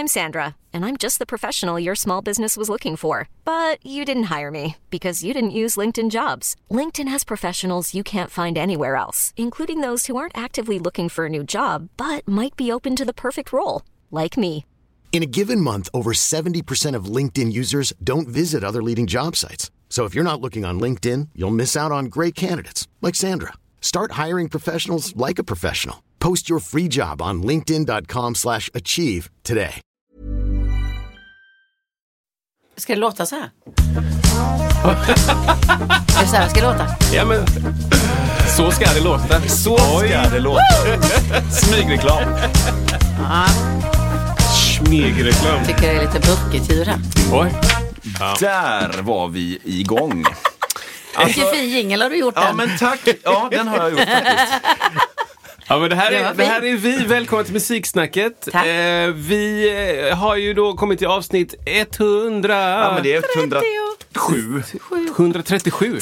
I'm Sandra, and I'm just the professional your small business was looking for. But you didn't hire me because you didn't use LinkedIn Jobs. LinkedIn has professionals you can't find anywhere else, including those who aren't actively looking for a new job, but might be open to the perfect role, like me. In a given month, over 70% of LinkedIn users don't visit other leading job sites. So if you're not looking on LinkedIn, you'll miss out on great candidates like Sandra. Start hiring professionals like a professional. Post your free job on linkedin.com/achieve today. Ska det låta så här? Är det så här ska det låta? Ja, men så ska det låta. Så ska det låta. Smygreklam. Ja, Smygreklam. tycker det är lite burkigt i det. Oj. Där var vi igång. Vilken fin jingle har du gjort den? Ja, men tack. Ja, den har jag gjort faktiskt. Ja, men det här är vi. Välkommen till Musiksnacket. Tack. Vi har ju då kommit till avsnitt 100. Ja, men det är 107. 137.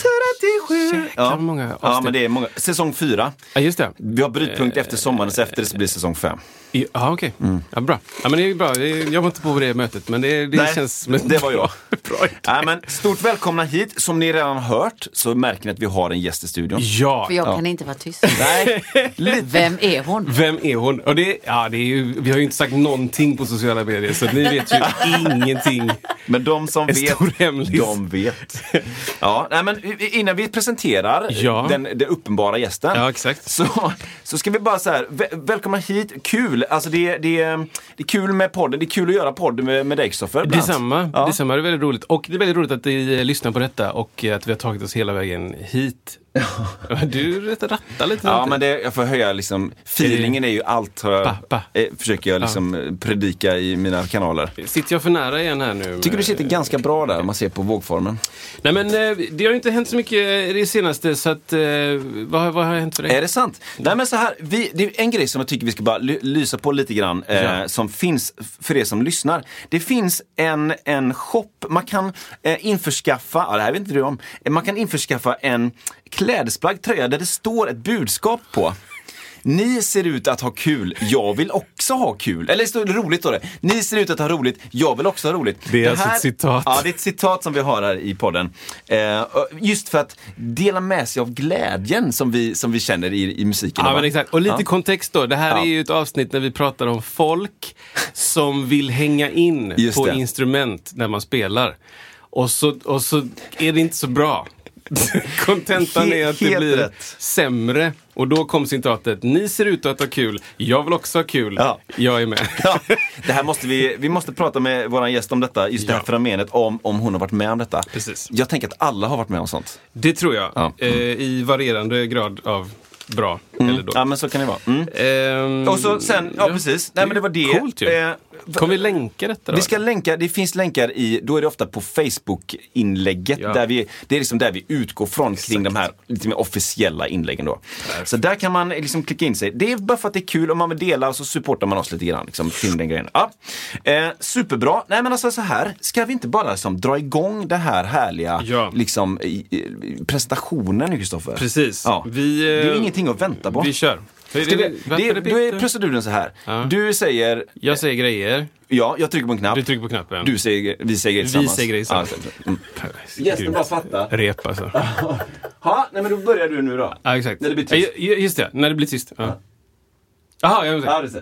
Ja. Många avsnitt. Ja, men det är många. Säsong 4. Ja, just det. Vi har brytpunkt efter sommaren, så efter det så blir säsong 5. Ja, okej. Ja, bra. Ja, men det är bra. Jag var inte på det mötet, men det Nej, känns som det var jag. Bra. Nej, men stort välkomna hit. Som ni redan hört så märker ni att vi har en gäst i studion. Ja. För jag kan inte vara tyst. Nej, Vem är hon? Vem är hon? Och det är ju, vi har ju inte sagt någonting på sociala medier, så ni vet ju ingenting. men de som En vet, stor hemlis. de vet. Ja, nej, men innan vi presenterar den uppenbara gästen, Ja, exakt. så ska vi bara så här, välkomna hit. Kul, alltså det är kul med podden. Det är kul att göra podd med dig, Kristoffer. Detsamma. Ja. Detsamma, det är väldigt roligt. Och det är väldigt roligt att ni lyssnar på detta och att vi har tagit oss hela vägen hit. Du rattar lite. Ja, men jag får höja liksom, feelingen är ju allt försöker jag liksom predika i mina kanaler. Sitter jag för nära igen här nu? Tycker du sitter ganska bra där om man ser på vågformen? Nej, men det har ju inte hänt så mycket det senaste, så att vad har hänt för dig? Är det sant? Nej, men så här, det är en grej som jag tycker vi ska bara lysa på lite grann, som finns för er som lyssnar. Det finns en shop, man kan införskaffa, det här vet inte du om, man kan införskaffa en klädesplagg, tröja där det står ett budskap på. Ni ser ut att ha kul, jag vill också ha kul. Eller det står roligt då det. Ni ser ut att ha roligt, jag vill också ha roligt. Det är alltså ett citat. Ja, det är ett citat som vi har här i podden. Just för att dela med sig av glädjen som vi känner i musiken. Ja, men exakt. Och lite kontext då. Det här är ju ett avsnitt när vi pratar om folk som vill hänga in Just på det. instrument när man spelar. Och så är det inte så bra. Kontentan är att det Helt blir rätt. sämre. Och då kom citatet: ni ser ut att ha kul, jag vill också ha kul, jag är med. Ja, det här vi måste prata med våran gäst om detta, just det här fenomenet, om hon har varit med om detta. Precis. Jag tänker att alla har varit med om sånt. Det tror jag, Ja. I varierande grad av bra eller dåligt. Ja, men så kan det vara. Och så sen, precis. Nej, men det var det. Coolt ju. Kommer vi länka detta då? Vi ska länka, det finns länkar då är det ofta på Facebook-inlägget, där det är liksom där vi utgår från kring de här lite mer officiella inläggen då. Så där kan man liksom klicka in sig. Det är bara för att det är kul, om man vill dela så supportar man oss lite grann liksom, kring den grejen. Ja. Superbra. Nej, men alltså så här, ska vi inte bara liksom dra igång det här härliga liksom, presentationen, Kristoffer? Precis. Ja. Det är ingenting att vänta på. Vi kör. Då är proceduren så här. Ja. Du säger... Jag säger grejer. Ja, jag trycker på en knapp. Du trycker på knappen. Vi säger grejer tillsammans. Vi säger grejer tillsammans. Gästen bara fattar. Rep alltså. Ja, nej, men då börjar du nu då. Ja, exakt. När det blir tyst. Just det, när det blir tyst. Ja. Jaha, jag vill säga. Ja, det ser.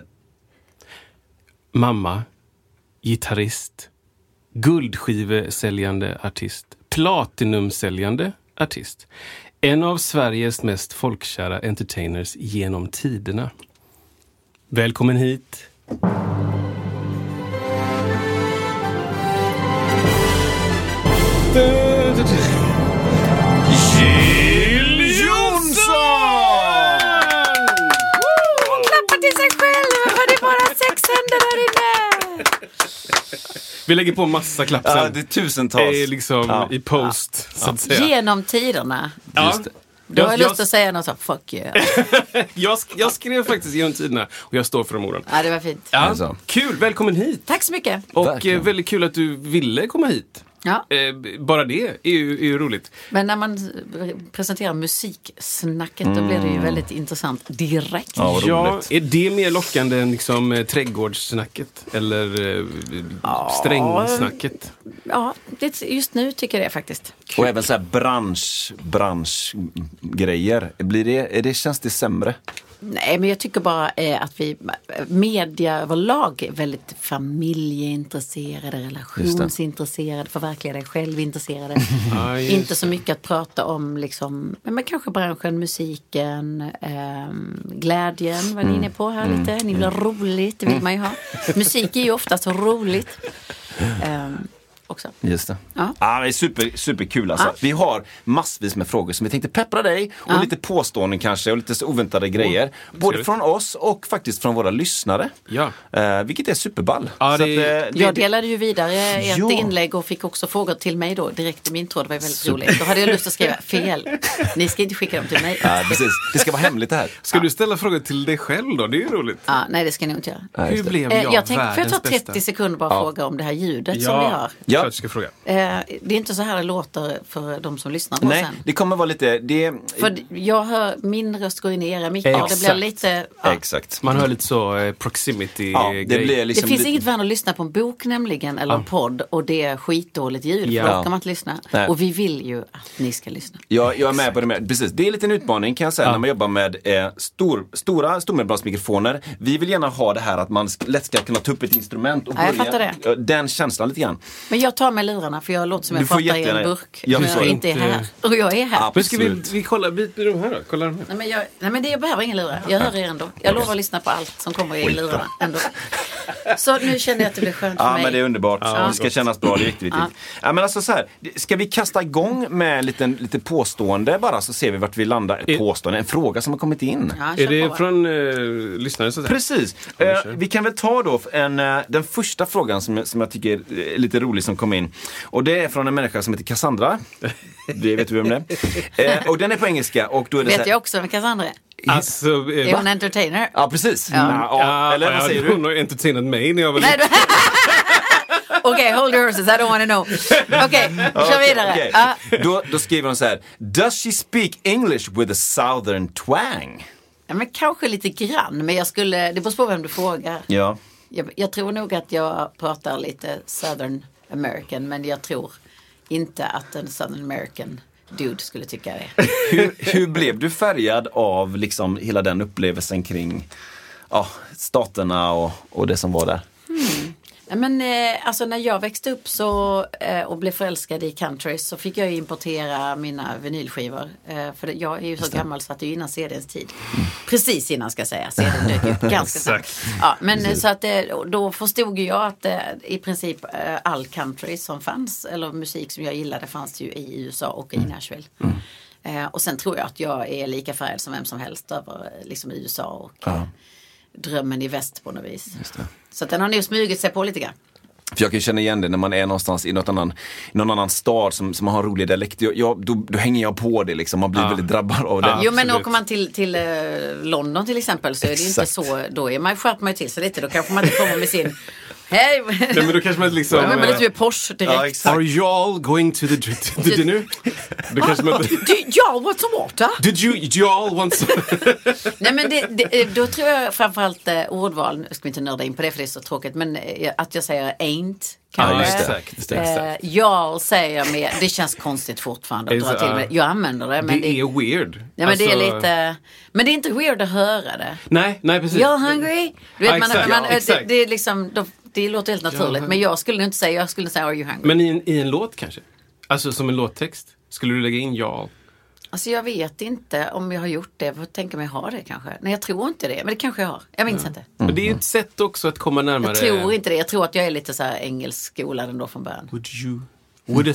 Mamma, gitarrist, guldskivesäljande artist, platinumsäljande artist. En av Sveriges mest folkkära entertainers genom tiderna. Välkommen hit. Jill Johnson! Hon klappar till sig själv, för det är bara 6 händer där inne. Vi lägger på massa klapp sen. Ja, det är tusentals. Det är liksom i post, så att säga. Genom tiderna. Ja. Du har lust att säga något så, fuck you. Jag skrev faktiskt genom tiderna och jag står för de orden. Ja, det var fint. Ja, kul, välkommen hit. Tack så mycket. Och Verkligen. väldigt kul att du ville komma hit. Ja. Bara det är ju roligt. Men när man presenterar musiksnacket då blir det ju väldigt intressant direkt. Ja, är det mer lockande än liksom trädgårdssnacket eller strängsnacket? Ja, just nu tycker jag det faktiskt. Och även så här branschgrejer. Känns det sämre? Nej, men jag tycker bara att vi media överlag är väldigt familjeintresserade, relationsintresserade, förverkliga dig själv intresserade. Inte så mycket att prata om liksom, men kanske branschen, musiken, glädjen, vad ni är inne på här lite. Ni vill ha roligt, det vill man ju ha. Musik är ju oftast roligt. Också. Just det. Ja. Det är superkul alltså. Vi har massvis med frågor som vi tänkte peppra dig och lite påståenden kanske och lite så oväntade grejer. Både från oss och faktiskt från våra lyssnare. Ja. Vilket är superball. Ja, så jag delade ju vidare ett inlägg och fick också frågor till mig då direkt i min tråd. Det var väldigt roligt. Då hade jag lust att skriva fel. Ni ska inte skicka dem till mig. Ja, precis. Det ska vara hemligt det här. Ska du ställa frågor till dig själv då? Det är ju roligt. Ja, nej, det ska ni inte göra. Hur blev jag tänkte, får jag ta 30 sekunder bara fråga om det här ljudet som vi har? Ja. Jag ska fråga. Det är inte så här det låter för de som lyssnar på Nej, sen. det kommer vara lite... För jag hör min röst gå in i era mickar och det blir lite... Ja. Exakt. Man hör lite så proximity det blir liksom det finns inget värre att lyssna på en bok nämligen, eller en podd, och det är skitdåligt ljud, för då kan man inte lyssna. Nej. Och vi vill ju att ni ska lyssna. Jag är med på det med. Precis. Det är lite en utmaning kan jag säga när man jobbar med stora storbrandsmikrofoner. Vi vill gärna ha det här att man lätt ska kunna ta upp ett instrument och jag fattar det. Den känslan lite grann. Men jag tar med lurarna för jag låter som jag pratar i en burk. Ja, jag inte är här. Och jag är här. Men ska vi kolla de här då? Kolla de här. Nej, men jag behöver ingen lurar. Jag hör er ändå. Jag lovar att lyssna på allt som kommer i lurarna ändå. Så nu känner jag att det blir skönt för mig. Ja, men det är underbart. Det ska kännas bra, det är viktigt. Ja, men alltså så här, ska vi kasta igång med lite påstående bara, så ser vi vart vi landar. Påstående, en fråga som har kommit in. Ja, är det från lyssnare? Så Precis. Vi kan väl ta då den första frågan som jag tycker är lite rolig som kom in. Och det är från en människa som heter Cassandra. Det vet du vem det är. Och den är på engelska. Och då är det vet jag också vem Cassandra är. Alltså, är hon entertainer? Ja, precis. Eller vad säger du? Hon har entertainat mig när jag var liten. Okej, hold your horses, I don't want to know. Okej, kör vidare. Då skriver hon så här: Does she speak English with a southern twang? Ja, men kanske lite grann. Men det beror på vem du frågar. Ja. Jag tror nog att jag pratar lite Southern American, men jag tror inte att en Southern American dude skulle tycka det. Hur blev du färgad av liksom hela den upplevelsen kring staterna och det som var där? Men alltså när jag växte upp och blev förälskad i country så fick jag importera mina vinylskivor. För jag är ju så gammal så att det är innan CD:ns tid. Precis innan ska jag säga. CD:n dök upp ganska snabbt. Ja, men så att då förstod jag att i princip all country som fanns, eller musik som jag gillade, fanns ju i USA och i Nashville. Och sen tror jag att jag är lika färgad som vem som helst över liksom USA och drömmen i väst på något vis. Så att den har nog smugit sig på lite grann. För jag kan känna igen det när man är någonstans i någon annan stad som man har en rolig dialekt. Då hänger jag på det liksom. Man blir väldigt drabbad av det. Jo, men åker man till London till exempel så är det ju inte så. Då är man skärpt man till sig lite. Då kanske man inte kommer med sin... Hej! Nej, men då kanske man liksom... Ja, men lite med Porsche direkt. Are you all going to the dinner? Då kanske man... Y'all want some water? Did you all want some... Nej, men då tror jag framförallt ordval, ska vi inte nörda in på det för det är så tråkigt, men att jag säger ain't. Exakt. Jag säger med, det känns konstigt fortfarande att dra till med. Jag använder det, men det är weird. Ja, men det är lite, men det är inte weird att höra det. Nej, precis. You're hungry? Du vet, exakt. det är liksom, det låter helt naturligt, men jag skulle inte säga are you hungry? Men i en låt kanske? Alltså som en låttext? Skulle du lägga in ja? Alltså jag vet inte om jag har gjort det. Jag tänker mig ha det kanske. Nej, jag tror inte det. Men det kanske jag har. Jag minns inte. Men det är ju ett sätt också att komma närmare. Jag tror inte det. Jag tror att jag är lite så här engelskskolad ändå från början. Would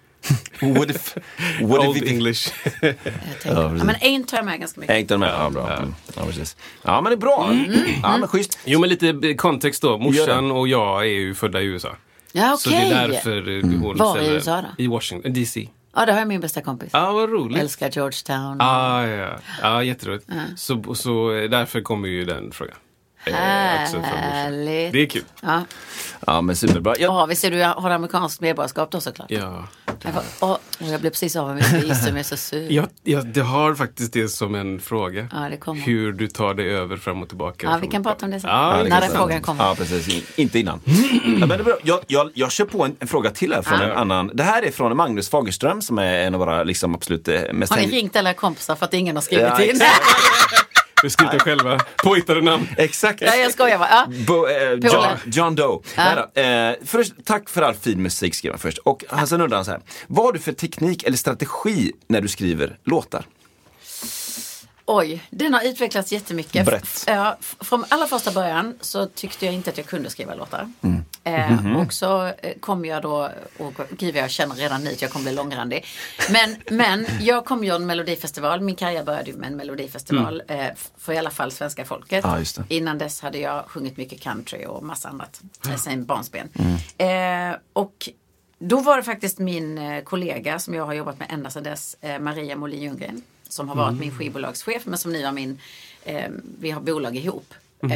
if Old English. Men ain't tar jag med ganska mycket. Ain't tar med, bra. Ja, precis. Ja, men det är bra. Ja, men schysst. Jo, men lite kontext då. Morsan och jag är ju födda i USA. Ja, okej. Så det är därför hon var i USA då? I Washington, DC. Ja, det har jag min bästa kompis. Ja, vad roligt. Älskar Georgetown. Ja, jätteroligt. Så därför kommer ju den frågan. Härligt. Det är kul. Ja. Ja, men superbra. Ja, vi ser du har amerikanskt medborgarskap då såklart. Ja. Jag blev precis av med min vis som är så sur. Det har faktiskt det som en fråga. Ja, det kommer. Hur du tar dig över fram och tillbaka. Ja, vi kan prata om det sen. Ja, när den frågan kommer. Ja, precis. Inte innan. Ja, men det är bra. Jag kör på en fråga till här från en annan. Det här är från Magnus Fagerström som är en av våra liksom, absolut mest... Har ni ringt alla kompisar för att ingen har skrivit in? Vi skriver själva påhittade namn. Exakt. Ja, jag skojar bara. John Doe. Först, tack för all fin musik, skriver han först. Och han undrar så här. Vad har du för teknik eller strategi när du skriver låtar? Oj, den har utvecklats jättemycket. Brett. Från allra första början så tyckte jag inte att jag kunde skriva låtar. Och så kom jag då, och gud jag känner redan nu att jag kommer bli långrandig. Men jag kom ju en melodifestival, min karriär började ju med en melodifestival för i alla fall svenska folket. Ja, just det. Innan dess hade jag sjungit mycket country och massa annat, sen barnsben. Och då var det faktiskt min kollega som jag har jobbat med ända sedan dess, Maria Molin Ljunggren, som har varit min skivbolagschef men som nu är vi har bolag ihop.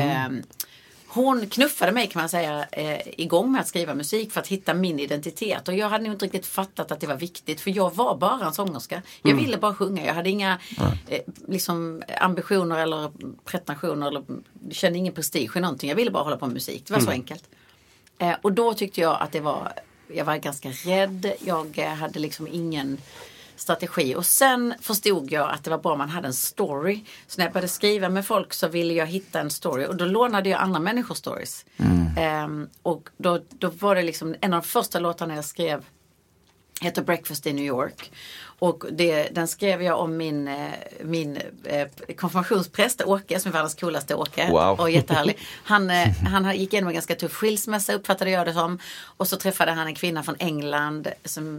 Hon knuffade mig kan man säga igång med att skriva musik för att hitta min identitet. Och jag hade nog inte riktigt fattat att det var viktigt för jag var bara en sångerska. Jag ville bara sjunga. Jag hade inga liksom, ambitioner eller pretensioner eller kände ingen prestige i någonting. Jag ville bara hålla på med musik. Det var så enkelt. Och då tyckte jag att jag var ganska rädd. Jag hade liksom ingen strategi. Och sen förstod jag att det var bra om man hade en story. Så när jag började skriva med folk så ville jag hitta en story. Och då lånade jag andra människors stories. Och då var det liksom en av de första låtarna jag skrev heter Breakfast in New York. Och den skrev jag om min konfirmationspräst Åke, som är världens coolaste Åke. Wow. Och jättehärlig. Han gick igenom en ganska tuff skilsmässa, uppfattade jag det som. Och så träffade han en kvinna från England som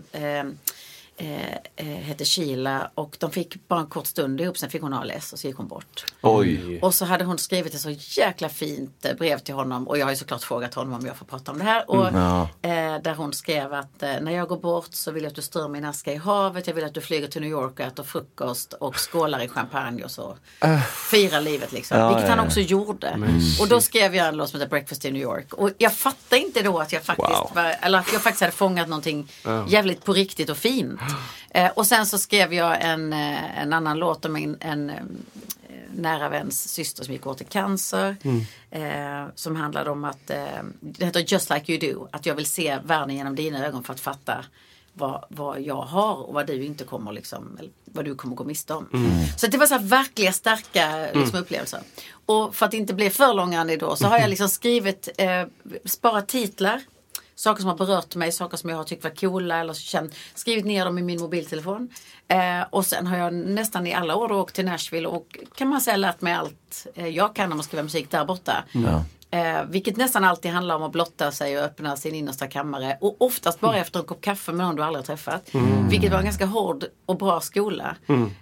hette Sheila, och de fick bara en kort stund ihop, sen fick hon ALS och så gick hon bort. Oj. Och så hade hon skrivit ett så jäkla fint brev till honom, och jag har ju såklart frågat honom om jag får prata om det här, och där hon skrev att när jag går bort så vill jag att du strör min aska i havet, jag vill att du flyger till New York och äter frukost och skålar i champagne och så firar livet liksom, vilket han också gjorde. Och då skrev jag en låt som heter Breakfast in New York, och jag fattade inte då att jag faktiskt att jag faktiskt hade fångat någonting jävligt på riktigt och fint. Och sen så skrev jag en annan låt om en nära väns syster som gick bort i cancer. Som handlade om att det heter Just Like You Do. Att jag vill se världen genom dina ögon för att fatta vad jag har och vad du inte kommer liksom, eller vad du kommer gå miste om. Så det var så här verkliga starka liksom, upplevelser. Och för att inte bli för långrandig då så har jag liksom skrivit sparat titlar. Saker som har berört mig, saker som jag har tyckt var coola eller skrivit ner dem i min mobiltelefon. Och sen har jag nästan i alla år åkt till Nashville och kan man säga lärt mig allt jag kan om att skriva musik där borta. Vilket nästan alltid handlar om att blotta sig och öppna sin innersta kammare. Och oftast bara efter en kopp kaffe med någon du aldrig har träffat. Vilket var en ganska hård och bra skola.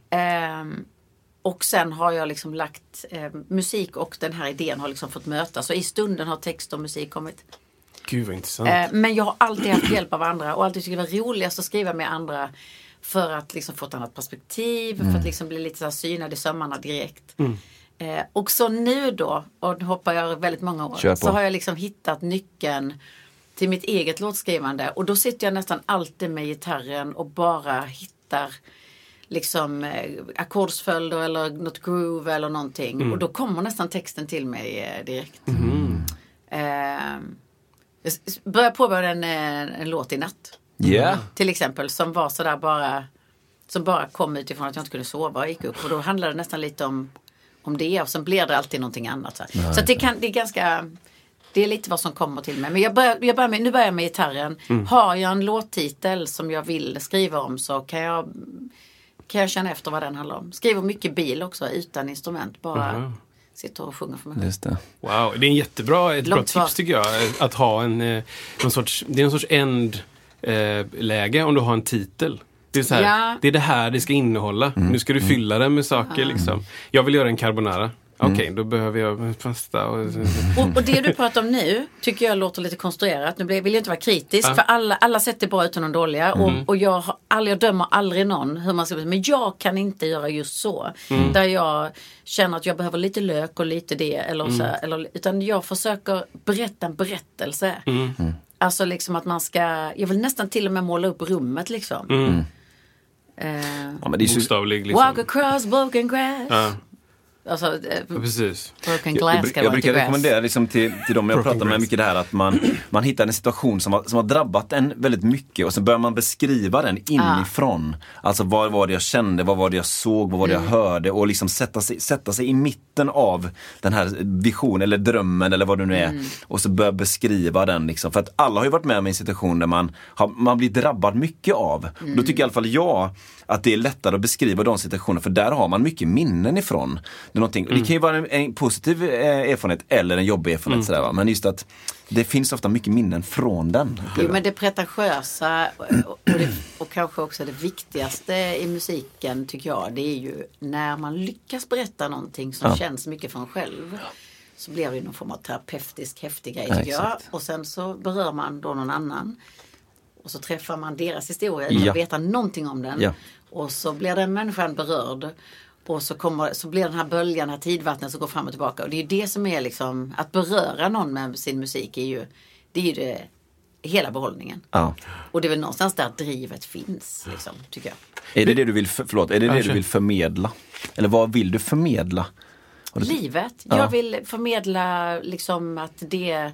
Och sen har jag liksom lagt musik och den här idén har liksom fått mötas. Så i stunden har text och musik kommit. Gud vad intressant. Men jag har alltid haft hjälp av andra och alltid tyckt det var roligast att skriva med andra för att liksom få ett annat perspektiv, för att liksom bli lite så här synad i sömmarna direkt. Och så nu då, och nu hoppar jag väldigt många år, så har jag liksom hittat nyckeln till mitt eget låtskrivande, och då sitter jag nästan alltid med gitarren och bara hittar liksom ackordsföljder eller något groove eller någonting, och då kommer nästan texten till mig direkt. Jag började påbörja en låt i natt. Till exempel, som var sådär bara kom utifrån att jag inte kunde sova och gick upp. Och då handlade det nästan lite om det, och sen blir det alltid någonting annat. Så att det är ganska, det är lite vad som kommer till mig. Men nu börjar jag med gitarren. Har jag en låttitel som jag vill skriva om, så kan jag känna efter vad den handlar om. Skriver mycket bil också, utan instrument, bara sitter och sjunger för mig. Just det. Wow, det är ett bra tips tycker jag, att ha någon sorts läge om du har en titel. Det är det är det här det ska innehålla. Nu ska du fylla det med saker liksom. Jag vill göra en carbonara. Okej, då behöver jag fasta. Och det du pratar om nu tycker jag låter lite konstruerat. Nu vill jag inte vara kritisk, för alla sätt är bra utan de dåliga. Och jag dömer aldrig någon hur man ska bli. Men jag kan inte göra just så. Där jag känner att jag behöver lite lök och lite det. Eller så här, utan jag försöker berätta en berättelse. Alltså liksom att man ska... Jag vill nästan till och med måla upp rummet liksom. Ja, men det är bokstavlig liksom. Walk across broken grass. Alltså, precis. Broken glass jag brukar rekommendera liksom till dem jag pratar med mycket det här att man hittar en situation som har drabbat en väldigt mycket och så börjar man beskriva den inifrån. Alltså vad var det jag kände, vad var det jag såg, vad var det jag hörde och liksom sätta sig i mitten av den här visionen eller drömmen eller vad det nu är och så börja beskriva den liksom. För att alla har ju varit med om en situation där man blir drabbad mycket av. Då tycker i alla fall jag att det är lättare att beskriva de situationerna för där har man mycket minnen ifrån. Det kan ju vara en positiv erfarenhet eller en jobbig erfarenhet sådär, va? Men just att det finns ofta mycket minnen från den. Jo, men det pretentiösa och kanske också det viktigaste i musiken tycker jag, det är ju när man lyckas berätta någonting som känns mycket för en själv. Så blir det någon form av terapeutisk häftig grej tycker jag. Och sen så berör man då någon annan. Och så träffar man deras historia utan att veta någonting om den. Och så blir den människan berörd. Och så blir den här böljan, här tidvattnet som går fram och tillbaka. Och det är ju det som är liksom, att beröra någon med sin musik är ju det hela behållningen. Ja. Och det är väl någonstans där drivet finns, liksom, tycker jag. Är det det du vill, du vill förmedla? Eller vad vill du förmedla? Livet. Jag vill förmedla liksom att det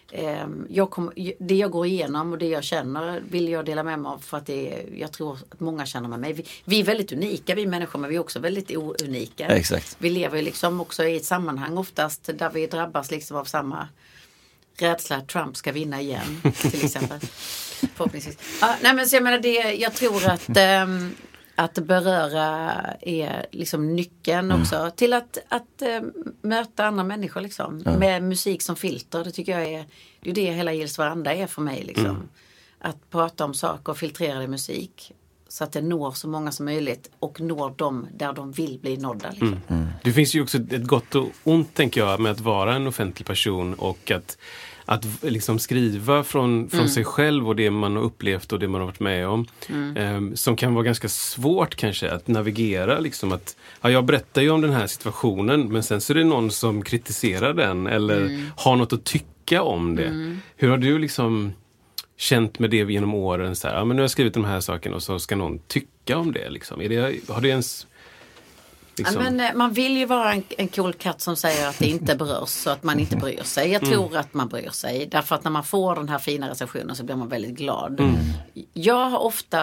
jag går igenom och det jag känner vill jag dela med mig av för att jag tror att många känner med mig. Vi är väldigt unika, vi människor, men vi är också väldigt unika. Exakt. Vi lever liksom också i ett sammanhang oftast där vi drabbas liksom av samma rädsla att Trump ska vinna igen, till exempel. Förhoppningsvis. Nej, men så jag menar jag tror att beröra är liksom nyckeln också till att möta andra människor liksom. Med musik som filter. Det tycker jag är det hela Gills varanda är för mig liksom. Att prata om saker och filtrera det i musik så att det når så många som möjligt och når dem där de vill bli nådda liksom. Det finns ju också ett gott och ont, tänker jag, med att vara en offentlig person och att liksom skriva från sig själv och det man har upplevt och det man har varit med om. Som kan vara ganska svårt kanske att navigera. Liksom att, jag berättar ju om den här situationen men sen så är det någon som kritiserar den eller har något att tycka om det. Hur har du liksom känt med det genom åren? Så här, men nu har jag skrivit de här sakerna och så ska någon tycka om det. Liksom. Har det ens... Liksom. Ja, men man vill ju vara en cool katt som säger att det inte berörs så att man inte bryr sig. Jag tror att man bryr sig. Därför att när man får den här fina recensionen så blir man väldigt glad. Jag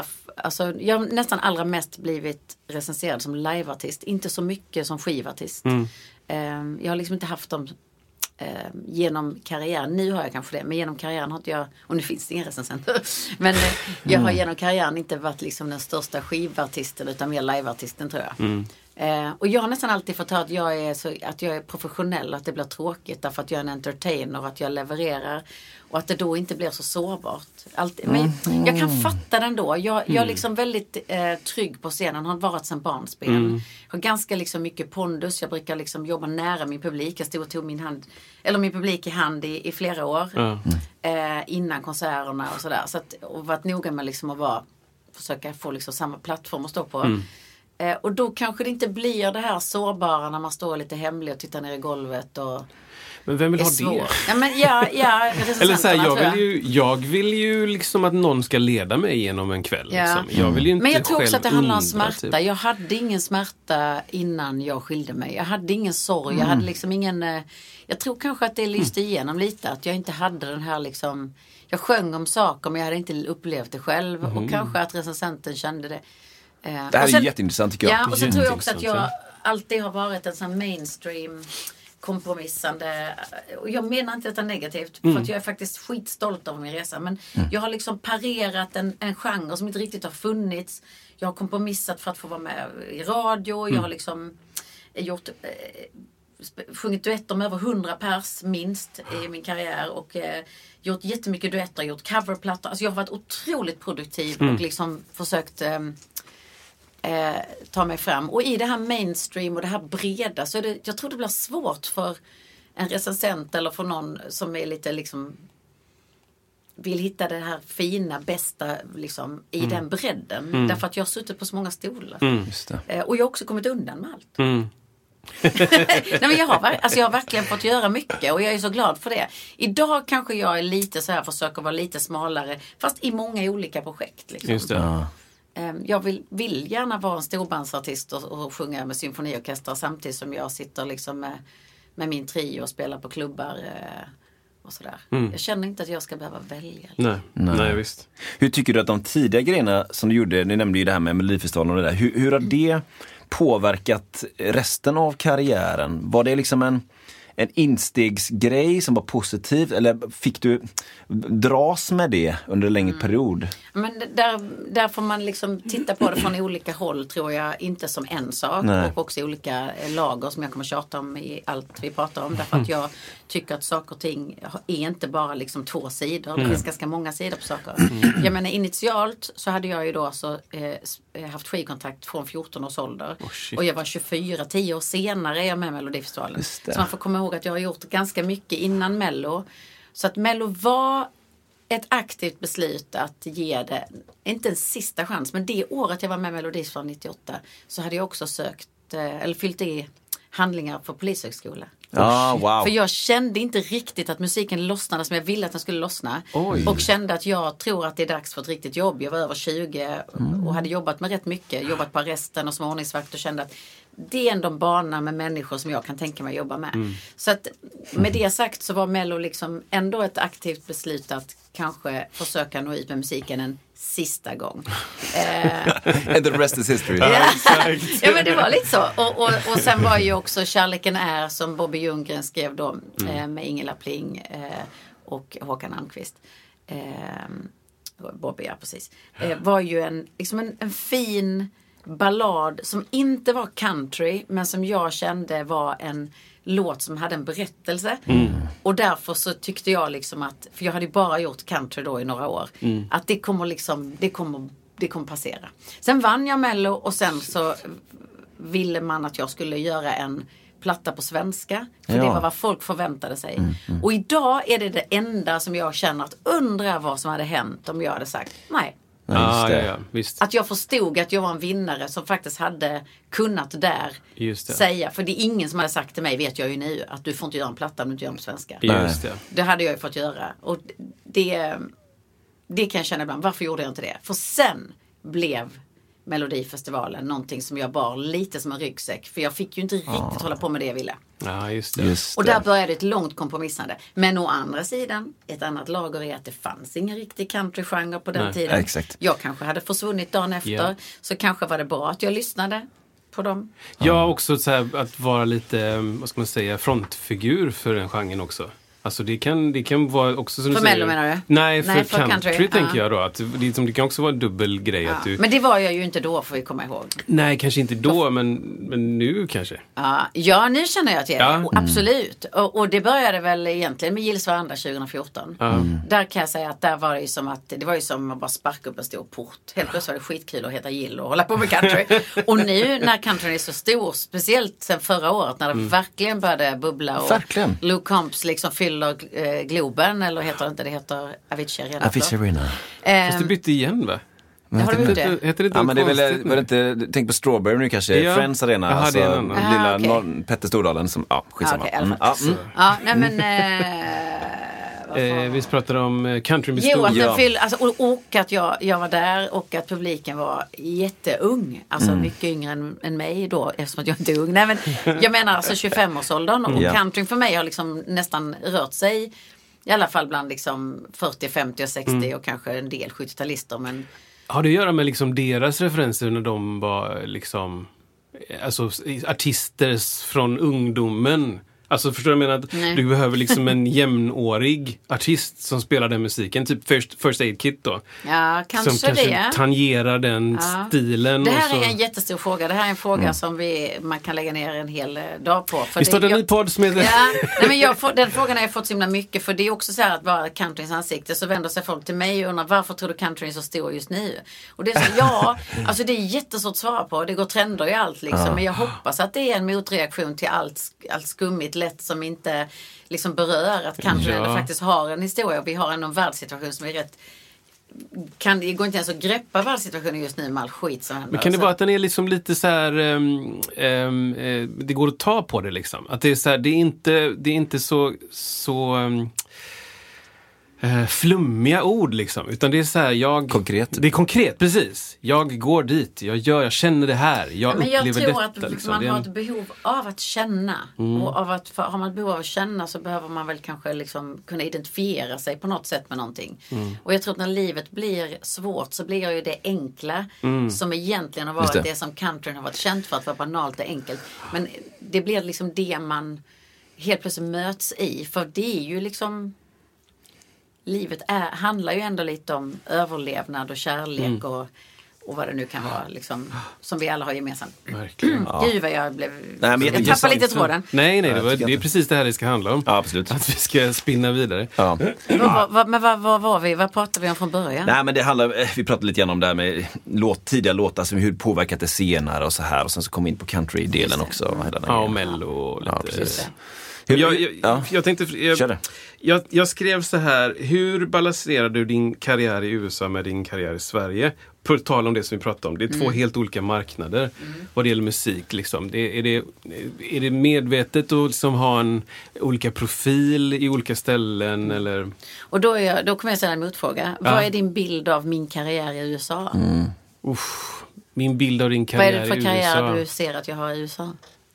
har nästan allra mest blivit recenserad som liveartist. Inte så mycket som skivartist. Jag har liksom inte haft dem genom karriären. Nu har jag kanske det, men genom karriären har inte jag, och nu finns det inga recensenter, men jag har genom karriären inte varit liksom den största skivartisten utan mer liveartisten tror jag. Och jag har nästan alltid fått höra att jag är professionell, att det blir tråkigt därför att jag är en entertainer och att jag levererar och att det då inte blir så sårbart. Men jag kan fatta den då. Jag är liksom väldigt trygg på scenen, har varit sedan barnsben. Har ganska liksom mycket pondus. Jag brukar liksom jobba nära min publik. Jag stod och tog min publik i hand i flera år innan konserterna och sådär. Och varit noga med liksom att försöka få liksom samma plattform att stå på. Och då kanske det inte blir det här sårbara när man står lite hemlig och tittar ner i golvet och... Men vem vill ha det? Ja, men eller så här, jag vill ju liksom att någon ska leda mig genom en kväll. Liksom. Jag vill ju inte. Men jag tror också att det handlar om smärta. Typ. Jag hade ingen smärta innan jag skilde mig. Jag hade ingen sorg. Jag hade liksom ingen... Jag tror kanske att det lyste igenom lite. Att jag inte hade den här liksom... Jag sjöng om saker men jag hade inte upplevt det själv. Och kanske att recensenten kände det. Det här är jätteintressant tycker jag. Ja, och så tror jag också att jag alltid har varit en sån mainstream kompromissande, och jag menar inte detta negativt för att jag är faktiskt skitstolt över min resa, men jag har liksom parerat en genre som inte riktigt har funnits. Jag har kompromissat för att få vara med i radio, jag har liksom sjungit duetter med över 100 pers minst i min karriär och gjort jättemycket duetter, gjort coverplattor. Alltså jag har varit otroligt produktiv och liksom försökt ta mig fram. Och i det här mainstream och det här breda så är det, jag tror det blir svårt för en recensent eller för någon som är lite liksom vill hitta det här fina, bästa liksom, i den bredden. Därför att jag har suttit på så många stolar. Just det. Och jag har också kommit undan med allt. Nej, men jag har verkligen fått göra mycket och jag är så glad för det. Idag kanske jag är lite så här, försöker vara lite smalare, fast i många olika projekt. Liksom. Just det. Jag vill gärna vara en storbandsartist och sjunga med symfoniorkestrar samtidigt som jag sitter liksom med min trio och spelar på klubbar och sådär. Jag känner inte att jag ska behöva välja. Nej, visst. Hur tycker du att de tidiga grejerna som du gjorde, ni nämnde ju det här med Melodifestivalen och det där, hur har det påverkat resten av karriären? Var det liksom en instegsgrej som var positiv eller fick du dras med det under en längre period? Men där får man liksom titta på det från olika håll, tror jag, inte som en sak. Nej. Och också i olika lager som jag kommer tjata om i allt vi pratar om. Därför att jag tycker att saker och ting är inte bara liksom 2 sidor. Det finns ganska många sidor på saker. Jag menar, initialt så hade jag ju då haft skivkontrakt från 14 års ålder. Och jag var 24, 10 år senare är jag med Melodifestivalen. Så man får komma ihåg att jag har gjort ganska mycket innan Mello. Så att Mello var ett aktivt beslut att ge det, inte en sista chans, men det året jag var med Melodifestivalen 98 så hade jag också fyllt i handlingar för Polishögskola. Wow. För jag kände inte riktigt att musiken lossnade som jag ville att den skulle lossna. Och kände att jag tror att det är dags för ett riktigt jobb. Jag var över 20 och hade jobbat med rätt mycket. Jobbat på arresten och som ordningsvakt och kände att det är ändå en bana med människor som jag kan tänka mig jobba med. Så att med det sagt så var Mello liksom ändå ett aktivt beslut att kanske försöka nå ut med musiken en sista gång. And the rest is history. Ja, men det var lite så. Och sen var ju också Kärleken är, som Bobby Ljunggren skrev då med Ingela Pling och Håkan Almqvist. Bobby, ja, precis. Var ju en fin ballad som inte var country, men som jag kände var en låt som hade en berättelse. Och därför så tyckte jag liksom att, för jag hade bara gjort country då i några år, att det kommer passera. Sen vann jag Mello och sen så ville man att jag skulle göra en platta på svenska. För det var vad folk förväntade sig. Och idag är det enda som jag känner att undra vad som hade hänt om jag hade sagt nej. Visst. Att jag förstod att jag var en vinnare som faktiskt hade kunnat säga, för det är ingen som hade sagt till mig, vet jag ju nu, att du får inte göra en platta om du inte gör den på svenska. Just det. Det hade jag ju fått göra. Och det kan jag känna ibland, varför gjorde jag inte det? För sen blev Melodifestivalen någonting som jag bar lite som en ryggsäck. För jag fick ju inte riktigt hålla på med det jag ville. Ja, just det. Och där började ett långt kompromissande. Men å andra sidan, ett annat lager är att det fanns ingen riktig country-genre på den tiden. Exakt. Jag kanske hade försvunnit dagen efter. Så kanske var det bra att jag lyssnade på dem. Ja, också så här, att vara lite, vad ska man säga, frontfigur för den genren också. Alltså det kan vara också som för du säger. Mello menar du? Nej, för country tänker jag då. Att det kan också vara en dubbel grej. Ja. Att du... Men det var jag ju inte då, får vi komma ihåg. Nej, kanske inte då, men nu kanske. Ja, nu känner jag att jag är absolut. Och det började väl egentligen med Gills varandra 2014. Där kan jag säga att där var det ju som att det var ju som att bara sparka upp en stor port. Helt plötsligt var det skitkul att heta Gill och hålla på med country. Och nu när country är så stor, speciellt sen förra året när det verkligen började bubbla och Luke Combs liksom fyller Globen, eller heter det inte, det heter Avicii Arena. Avicii Arena. Fast det bytte igen, va? Har du gjort det? Heter det ja, men det är väl inte, tänk på Strawberry nu kanske, Friends Arena, alltså lilla Petter Stordalen som, skitsamma. Nej men vi pratade om country med stor. Och att jag var där och att publiken var jätteung. Alltså mycket yngre än mig då, eftersom att jag inte är ung. Nej, men jag menar alltså 25-årsåldern. Och country för mig har liksom nästan rört sig i alla fall bland liksom 40, 50 och 60 och kanske en del 70-talister. Men... Har det att göra med liksom deras referenser när de var liksom, alltså artister från ungdomen? Alltså förstår du vad jag menar? Du behöver liksom en jämnårig artist som spelar den musiken. Typ First Aid Kit då. Ja, kanske som kanske det. tangerar den stilen. Det här och så. är en jättestor fråga. Det här är en fråga som man kan lägga ner en hel dag på. För vi startar en ny podd som heter... den frågan har jag fått så himla mycket. För det är också så här att vara countryns ansikte. Så vänder sig folk till mig och undrar varför tror du country är så stor just nu? Och det är så, alltså det är jättesvårt att svara på. Det går trender i allt liksom. Men jag hoppas att det är en motreaktion till allt skummigt lätt som inte liksom berör att country faktiskt har en historia. Och vi har en världssituation som är rätt... Det går inte ens att greppa världssituationen just nu med all skit som händer. Men kan det vara att den är liksom lite så här det går att ta på det liksom? Att det är så här, det är inte så flummiga ord liksom, utan det är så här konkret. Det är konkret, precis. Jag går dit, jag känner det här, jag upplever detta. Men jag tror att liksom. man har ett behov av att känna. Och har man ett behov av att känna så behöver man väl kanske liksom kunna identifiera sig på något sätt med någonting. Och jag tror att när livet blir svårt så blir ju det enkla som egentligen har varit det som countryn har varit känt för, att vara banalt och enkelt. Men det blir liksom det man helt plötsligt möts i, för det är ju liksom... Livet handlar ju ändå lite om överlevnad och kärlek och vad det nu kan vara liksom, som vi alla har gemensamt. Verkligen. Gud vad jag blev... Nej, men jag tappar lite tråden. Nej, det är precis det här det ska handla om. Ja, absolut. Att vi ska spinna vidare. Ja. Men vad var vi? Vad pratade vi om från början? Nej, men vi pratade lite grann om det här med tidiga låtar, alltså hur påverkat det senare och så här. Och sen så kom vi in på country-delen också. Och Mello och lite... Ja, precis. Jag tänkte... Jag skrev så här: hur balanserar du din karriär i USA med din karriär i Sverige? På tal om det som vi pratade om. Det är två helt olika marknader vad det gäller musik. Liksom. Är det medvetet att liksom ha en olika profil i olika ställen? Eller? Och då kommer jag ställa en motfråga. Vad är din bild av min karriär i USA? Min bild av din karriär i USA. Vad är det för karriär du ser att jag har i USA?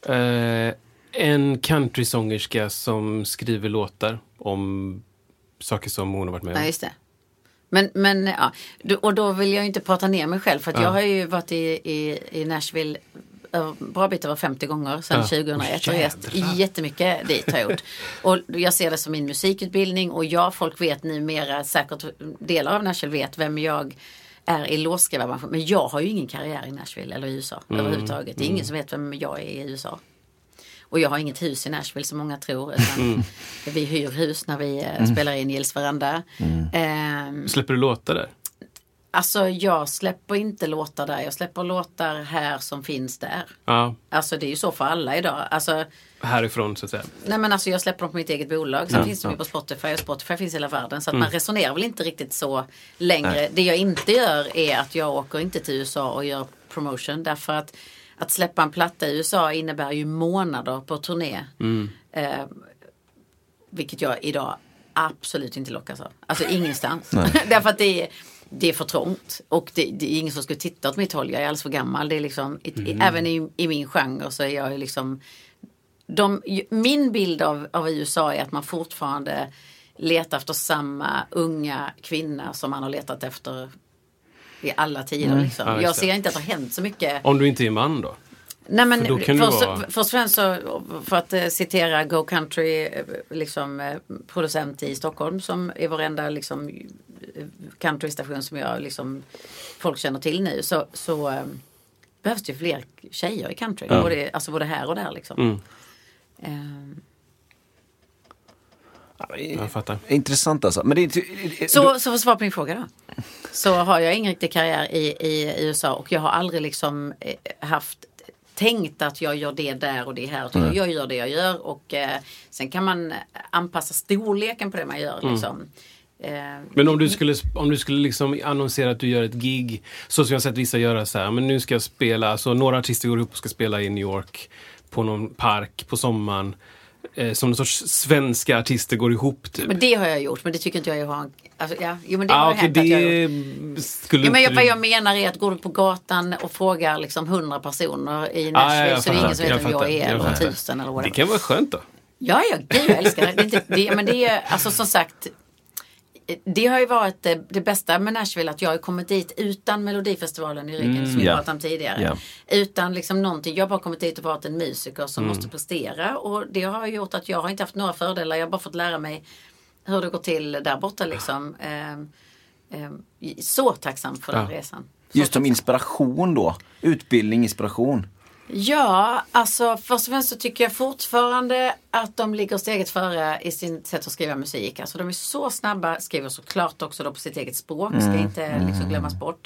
En countrysångerska som skriver låtar om saker som hon har varit med om. Ja, just det. Men ja, och då vill jag ju inte prata ner mig själv, för att jag har ju varit i Nashville bra bit över 50 gånger sedan 2001 och rest jättemycket dit har jag gjort. Och jag ser det som min musikutbildning, och folk vet numera, säkert delar av Nashville vet vem jag är i låtskrivarbanschen, men jag har ju ingen karriär i Nashville eller i USA överhuvudtaget. Det är ingen som vet vem jag är i USA. Och jag har inget hus i Nashville som många tror, utan vi hyr hus när vi spelar in Gills veranda. Släpper du låtar där? Alltså jag släpper inte låtar där. Jag släpper låtar här som finns där. Ja. Alltså det är ju så för alla idag. Alltså, härifrån så att säga. Nej, men alltså jag släpper dem på mitt eget bolag. Sen finns de ju på Spotify, och Spotify finns i hela världen. Så att man resonerar väl inte riktigt så längre. Nej. Det jag inte gör är att jag åker inte till USA och gör promotion. Därför att släppa en platta i USA innebär ju månader på turné. Vilket jag idag absolut inte lockas av. Alltså ingenstans. Därför att det är för trångt. Och det är ingen som skulle titta åt mitt håll. Jag är alldeles för gammal. Det är liksom, även i min genre så är jag liksom... min bild av USA är att man fortfarande letar efter samma unga kvinna som man har letat efter i alla tider. Liksom. Ja, jag ser inte att det har hänt så mycket. Om du inte är man då? Nej, men först och främst så, för att citera Go Country, liksom producent i Stockholm, som är varenda liksom countrystation som jag liksom folk känner till nu, så behövs det ju fler tjejer i country, både här och där liksom. Jag fattar. Intressant alltså. Men så för svar på min fråga då. Så har jag ingen riktig karriär i USA, och jag har aldrig liksom tänkt att jag gör det där och det här. Jag gör det jag gör, och sen kan man anpassa storleken på det man gör liksom. Men om du skulle liksom annonsera att du gör ett gig, så som jag har sett vissa göra så här, men nu ska jag spela, så några artister går upp och ska spela i New York på någon park på sommaren, som en sorts svenska artister går ihop typ. Men det har jag gjort, men det tycker inte jag har alltså, men det har hänt att jag har gjort. Men vad jag menar är att går du på gatan och frågar liksom 100 personer i Nashville, så det är ingen som vet vem jag är, eller 1000 eller vad det kan vara skönt då. Ja, gud, jag älskar det. Men det är alltså som sagt, det har ju varit det bästa med Nashville, att jag har kommit dit utan Melodifestivalen i ryggen, som vi pratade om tidigare. Utan liksom någonting, jag har bara kommit dit och varit en musiker som måste prestera, och det har gjort att jag har inte haft några fördelar, jag har bara fått lära mig hur det går till där borta liksom. Så tacksam för den resan. Just om inspiration då, utbildning, inspiration. Ja, alltså först och främst så tycker jag fortfarande att de ligger steget före i sin sätt att skriva musik. Alltså de är så snabba, skriver såklart också då på sitt eget språk, ska inte liksom glömmas bort.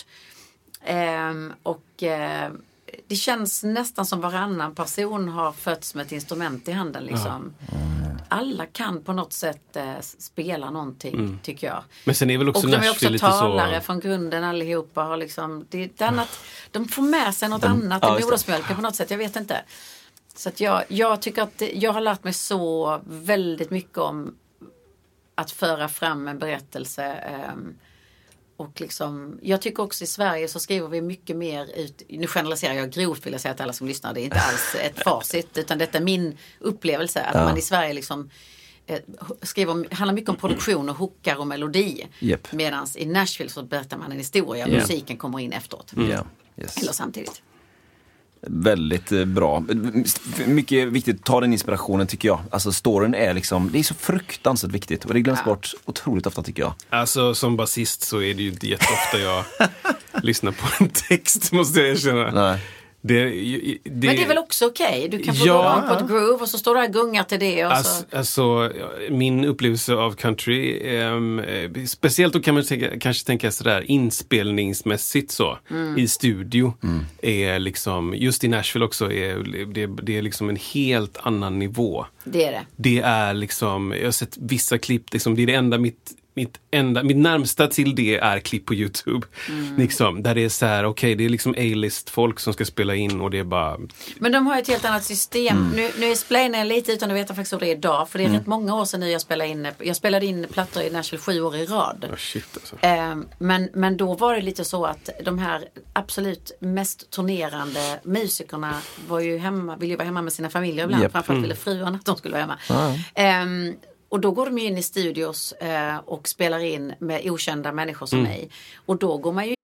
Det känns nästan som varannan person har fötts med ett instrument i handen liksom. Alla kan på något sätt spela någonting, tycker jag. Men sen är väl också Nashville lite så... Och de är också talare från grunden allihopa. Har liksom, det är annat, de får med sig något annat i modersmjölken på något sätt, jag vet inte. Så att jag tycker att jag har lärt mig så väldigt mycket om att föra fram en berättelse. Och liksom, jag tycker också i Sverige så skriver vi mycket mer ut, nu generaliserar jag grovt, vill jag säga till alla som lyssnar, det är inte alls ett facit, utan detta är min upplevelse, att man i Sverige liksom handlar mycket om produktion och hookar och melodi, medan i Nashville så berättar man en historia, musiken kommer in efteråt eller samtidigt. Väldigt bra. Mycket viktigt, ta den inspirationen tycker jag. Alltså storyn är liksom, det är så fruktansvärt viktigt och det glöms bort otroligt ofta tycker jag. Alltså som basist så är det ju inte jätteofta jag lyssnar på en text, måste jag erkänna. Nej. Men det är väl också okej? Du kan få gå på ett groove och så står du här gungar till det. Och alltså, min upplevelse av country, speciellt då kan man kanske tänka sådär inspelningsmässigt så, i studio, är liksom, just i Nashville också, det är liksom en helt annan nivå. Det är det. Det är liksom, jag har sett vissa klipp, liksom, det är det enda mitt närmsta till det är klipp på YouTube. Liksom, där det är så här, okej, det är liksom A-list folk som ska spela in och det är bara... Men de har ett helt annat system. Nu explainar jag lite utan att veta faktiskt hur det är idag. För det är rätt många år sedan nu jag spelade in plattor i Nashville 7 år i rad. Shit, alltså. Men då var det lite så att de här absolut mest turnerande musikerna ville ju vara hemma med sina familjer ibland. Framförallt ville fruarna att de skulle vara hemma. Och då går de ju in i studios och spelar in med okända människor som mig. Och då går man ju...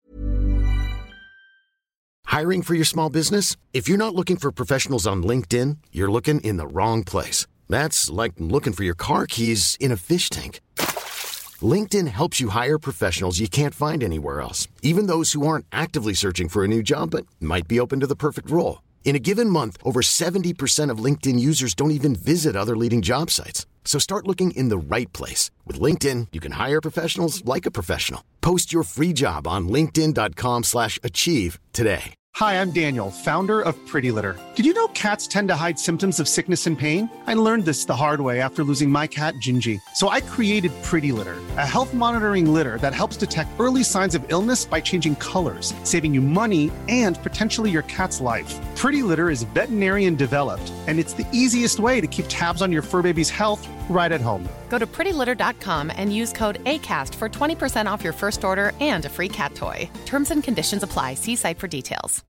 Hiring for your small business? If you're not looking for professionals on LinkedIn, you're looking in the wrong place. That's like looking for your car keys in a fish tank. LinkedIn helps you hire professionals you can't find anywhere else, even those who aren't actively searching for a new job but might be open to the perfect role. In a given month, over 70% of LinkedIn users don't even visit other leading job sites. So start looking in the right place. With LinkedIn, you can hire professionals like a professional. Post your free job on linkedin.com/achieve today. Hi, I'm Daniel, founder of Pretty Litter. Did you know cats tend to hide symptoms of sickness and pain? I learned this the hard way after losing my cat, Gingy. So I created Pretty Litter, a health monitoring litter that helps detect early signs of illness by changing colors, saving you money and potentially your cat's life. Pretty Litter is veterinarian developed, and it's the easiest way to keep tabs on your fur baby's health right at home. Go to prettylitter.com and use code ACAST for 20% off your first order and a free cat toy. Terms and conditions apply. See site for details.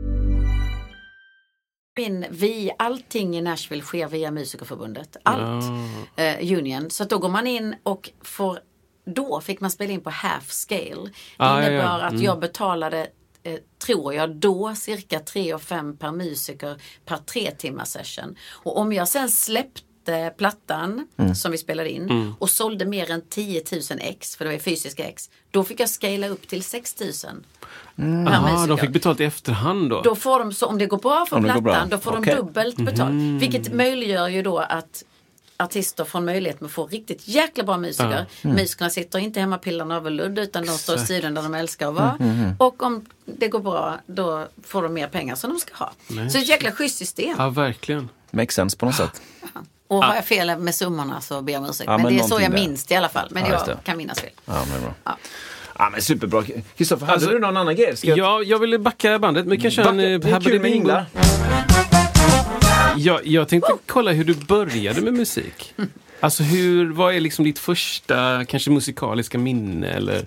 Allting i Nashville sker via Musikerförbundet. Allt. Union. Så att då går man in och då fick man spela in på half scale. Det innebar att jag betalade, tror jag, då cirka 3,5 per musiker per 3 timmars session. Och om jag sen släppte plattan som vi spelade in och sålde mer än 10 000 ex, för det var fysiska ex, då fick jag scala upp till 6 000 per musiker. De fick betalt i efterhand då? Då får de, så om det går bra för plattan, då får de dubbelt betalt. Vilket möjliggör ju då att artister får möjlighet med att få riktigt jäkla bra musiker. Musikerna sitter inte hemma pillar överludd, utan de står i studion där de älskar att vara. Och om det går bra, då får de mer pengar som de ska ha. Så det är ett jäkla schysst system. Ja, verkligen. Makes sense på något sätt. Och har jag fel med summorna så ber jag om ursäkt. Men det är så jag minns i alla fall. Men jag kan minnas fel. Ja, men bra. Ja, men superbra. Kristoffer, hade du någon annan grej? Jag ville backa bandet, men kanske jag tänkte kolla hur du började med musik. Alltså vad är liksom ditt första kanske musikaliska minne, eller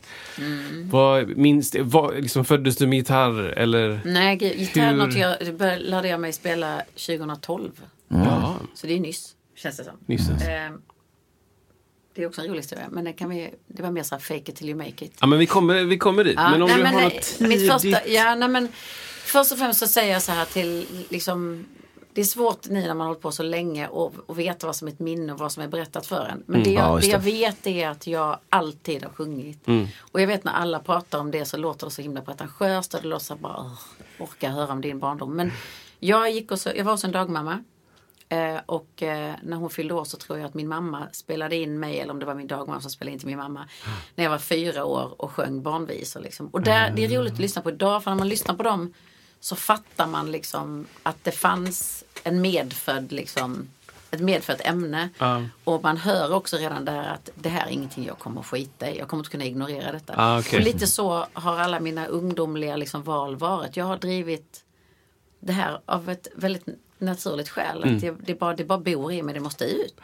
liksom föddes du med gitarr eller? Nej, gitarr lärde jag mig spela 2012. Så det är nyss, känns det som. Det är också en rolig historia. Men det var mer så här fake it till you make it. Ja, men vi kommer dit. Ja, men om du har något tidigt... Först och främst så säger jag så här till liksom... Det är svårt när man har hållit på så länge och veta vad som är ett minne och vad som är berättat för en. Men det jag vet är att jag alltid har sjungit. Och jag vet när alla pratar om det så låter det så himla pretentiöst och det låter så bara orka höra om din barndom. Men jag var hos en dagmamma och när hon fyllde år så tror jag att min mamma spelade in mig, eller om det var min dagmamma som spelade in till min mamma, när jag var 4 år och sjöng barnvisor liksom. Och det är roligt att lyssna på idag, för när man lyssnar på dem så fattar man liksom att det fanns en medfödd liksom, ett medfött ämne. Och man hör också redan där att det här är ingenting jag kommer att skita i. Jag kommer inte kunna ignorera detta. Okay. Och lite så har alla mina ungdomliga liksom val varit. Jag har drivit det här av ett väldigt naturligt skäl. Att det bara bor i mig, det måste ut.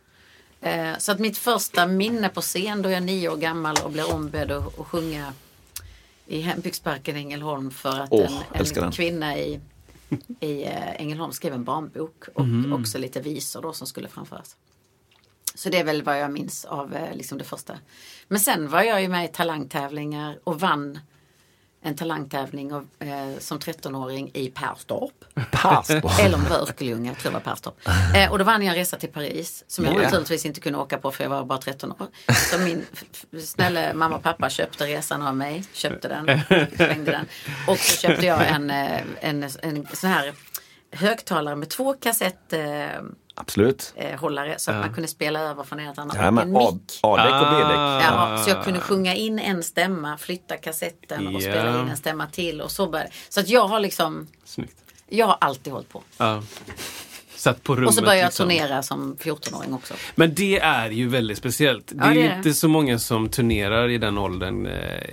Så att mitt första minne på scen då jag är 9 år gammal och blir ombedd att sjunga i Hembygdsparken i Ängelholm för att en kvinna i Ängelholm skrev en barnbok och också lite visor då som skulle framföras. Så det är väl vad jag minns av liksom det första. Men sen var jag ju med i talangtävlingar och vann en talangtävling som 13-åring i Perstorp. Eller om det var Örkelljunga, jag tror det var Perstorp. Och då vann jag en resa till Paris som jag naturligtvis inte kunde åka på för jag var bara 13 år. Så min snälla mamma och pappa köpte resan av mig, köpte den, slängde den. Och så köpte jag en sån här högtalare med 2 kassetter. Absolut. Hållare så att man kunde spela över från ett annat. Ja, men A-däck och B-däck. Ja, så jag kunde sjunga in en stämma, flytta kassetten och spela in en stämma till och så började. Så att jag har liksom... Snyggt. Jag har alltid hållit på. Satt på rummet, och så började jag liksom turnera som 14-åring också. Men det är ju väldigt speciellt. Det är ju inte så många som turnerar i den åldern.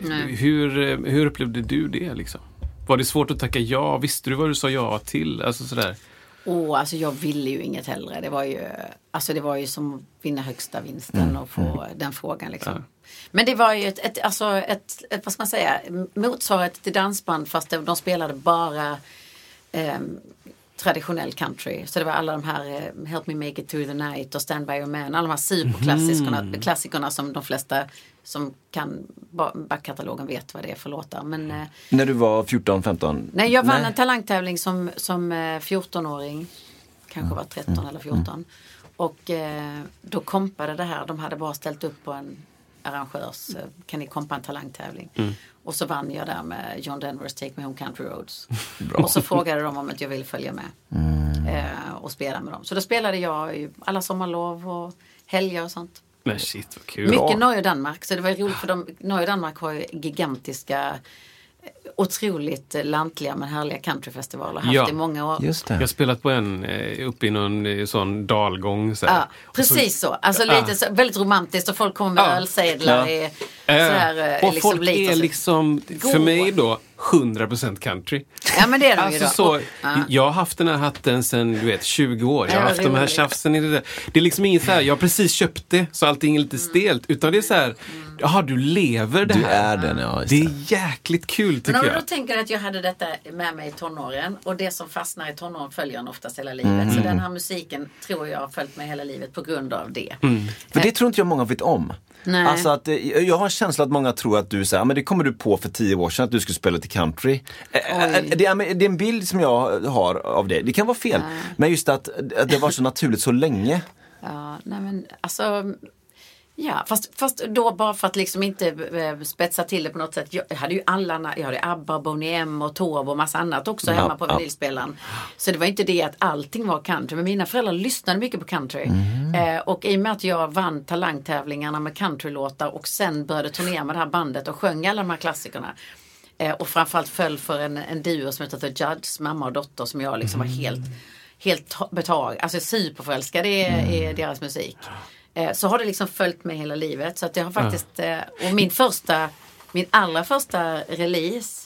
Hur upplevde du det liksom? Var det svårt att tacka ja? Visste du vad du sa ja till? Alltså sådär. Alltså jag ville ju inget hellre. Det var ju som att vinna högsta vinsten och få den frågan liksom. Ja. Men det var ju ett vad ska man säga, motsvaret till dansband fast de spelade bara traditionell country. Så det var alla de här Help Me Make It Through the Night och Stand By Your Man. Alla de här superklassikerna som de flesta som kan backkatalogen vet vad det är för låtar. Men, när du var 14-15? Nej, jag vann en talangtävling som 14-åring. Kanske var 13 eller 14. Och då kompade det här. De hade bara ställt upp på en arrangörs kan ni kompa en talangtävling. Och så vann jag där med John Denvers Take Me Home Country Roads. Och så frågade de om att jag ville följa med och spela med dem. Så då spelade jag ju alla sommarlov och helger och sånt. Men shit, vad kul. Mycket Norge och Danmark. Så det var roligt för Norge och Danmark har ju gigantiska, otroligt lantliga men härliga countryfestivaler. Haft i många år. Just det. Jag har spelat på en uppe i någon sån dalgång. Så ja, precis så. Alltså lite så, väldigt romantiskt och folk kommer med ölsedlar i så här, och liksom folk lite är liksom, för mig då, 100% country. Ja, men det är de ju då. Så, jag har haft den här hatten sedan 20 år. Jag har haft de här tjafsen i det där. Det är liksom inget så här, jag har precis köpt det så allting är lite stelt. Utan det är så här, jaha, du lever det här. Du är den, ja. Det är jäkligt kul tycker jag. Men om du tänker att jag hade detta med mig i tonåren och det som fastnar i tonåren följer en oftast hela livet. Så den här musiken tror jag har följt mig hela livet på grund av det. För det tror inte jag många vet om. Nej. Alltså att, jag har en känsla att många tror att du säger, men det kommer du på för 10 år sedan att du skulle spela till country. Det är en bild som jag har av det. Det kan vara fel, men just att det var så naturligt så länge. Ja, nej men alltså... Ja, fast då bara för att liksom inte spetsa till det på något sätt. Jag hade ju ABBA, Boney M och Taube och massa annat också hemma på vinylspelaren. Så det var inte det att allting var country. Men mina föräldrar lyssnade mycket på country. Och i och med att jag vann talangtävlingarna med countrylåtar och sen började turnera med det här bandet och sjöng alla de här klassikerna. Och framförallt föll för en duo som heter The Judds, mamma och dotter, som jag liksom var helt betag. Alltså superförälskad i deras musik. Så har det liksom följt mig hela livet. Så att jag har faktiskt... Och min allra första release...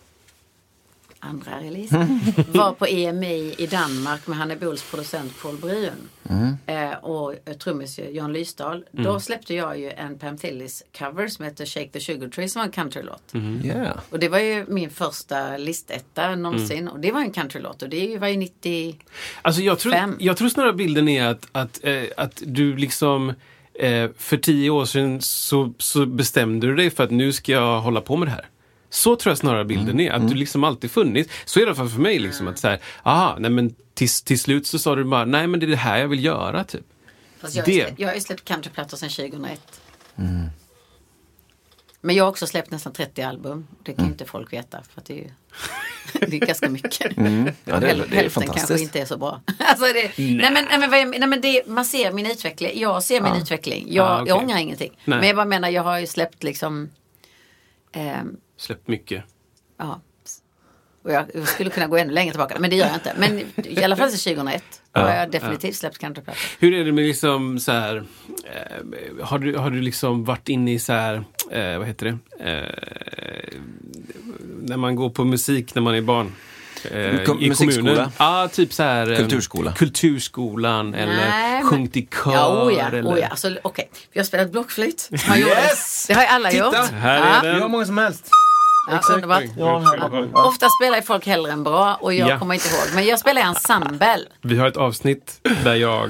Andra release var på EMI i Danmark med Hanne Bols producent Paul Brun och trummis Jan Lysdahl. Då släppte jag ju en Pam Tillis cover som heter Shake the Sugar Tree som var en countrylåt. Yeah. Och det var ju min första listetta någonsin och det var en countrylåt och det var ju 95. Alltså jag tror snarare bilden är att du liksom för 10 år sedan så bestämde du dig för att nu ska jag hålla på med det här. Så tror jag snarare bilden är. Att du liksom alltid funnits. Så är det i alla fall för mig liksom. Att så här, nej men till slut så sa du bara, nej men det är det här jag vill göra typ. Fast jag har ju släppt countryplattor sedan 2001. Men jag har också släppt nästan 30 album. Det kan ju inte folk veta. För att det är ju det är ganska mycket. Ja, det är hälften kanske inte är så bra. Alltså man ser min utveckling. Jag ser min utveckling. Jag ångrar ingenting. Nej. Men jag bara menar, jag har ju släppt liksom... Släppt mycket. Ja. Och jag skulle kunna gå ännu längre tillbaka. Men det gör jag inte. Men i alla fall sedan 2001. har jag definitivt släppt countryplattor. Hur är det med liksom så här, har du liksom varit inne i så här, vad heter det? När man går på musik när man är barn. I kommunen. Ja, typ så här Kulturskolan eller sjungt i kör. Ja. Alltså, okej. Vi har spelat blockflöjt. Yes! Det har ju alla gjort. Här är det. Vi har många som helst. Ja, underbart. Ofta spelar folk hellre än bra och jag kommer inte ihåg. Men jag spelar ensemble. Vi har ett avsnitt där jag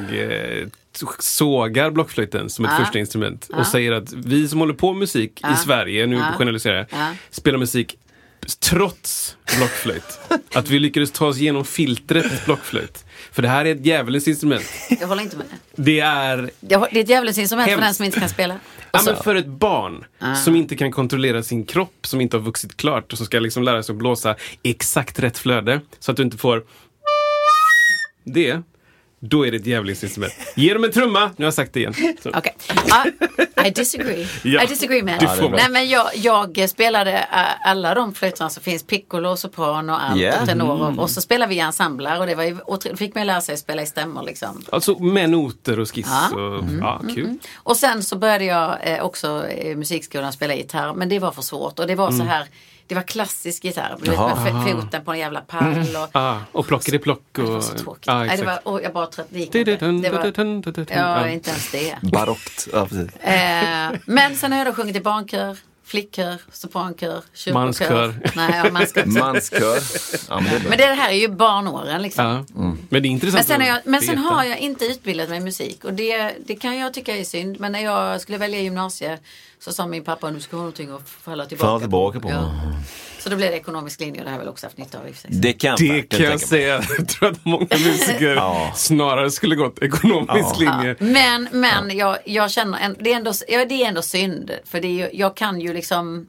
sågar blockflöjten som ett första instrument och säger att vi som håller på med musik i Sverige, nu generaliserar jag, spelar musik trots blockflöjt. Att vi lyckades ta oss igenom filtret blockflöjt. För det här är ett djävulens instrument. Jag håller inte med. Det är ett djävulens instrument för den som inte kan spela. Ja, men för ett barn som inte kan kontrollera sin kropp, som inte har vuxit klart och som ska liksom lära sig att blåsa exakt rätt flöde så att du inte får det. Då är det ett djävulinstrument. Ge dem en trumma. Nu har jag sagt det igen. Okej. I disagree. I disagree man. Nej, men jag spelade alla de flöjterna som finns. Piccolo, sopran och allt. Tenor. Och så spelade vi ensembler. Och det var och fick mig lära sig att spela i stämmor liksom. Alltså med noter och skiss. Kul. Och sen så började jag också i musikskolan spela gitarr. Men det var för svårt. Och det var så här... Det var klassisk gitarr. Med foten på en jävla pall. Och plockade plock. Och... Det var så tråkigt. Nej, det var, och jag bara trött. Det gick inte. Inte ens det. Barockt. Ja, precis. Men sen har jag då sjungit i barnkör, flickkör, soprankör, kyrkokör. Manskör. Nej, manskör. Men det här är ju barnåren liksom. Men det är intressant. Men sen har jag inte utbildat mig i musik. Och det kan jag tycka är synd. Men när jag skulle välja gymnasiet så sa min pappa nu ska ha någonting att falla tillbaka på. Ja. Så då blev det ekonomisk linje och det har jag väl också haft nytta av. Det kan jag säga. Jag tror att många musiker snarare skulle gått ekonomisk linje. Men jag känner, det är ändå synd. För jag kan ju liksom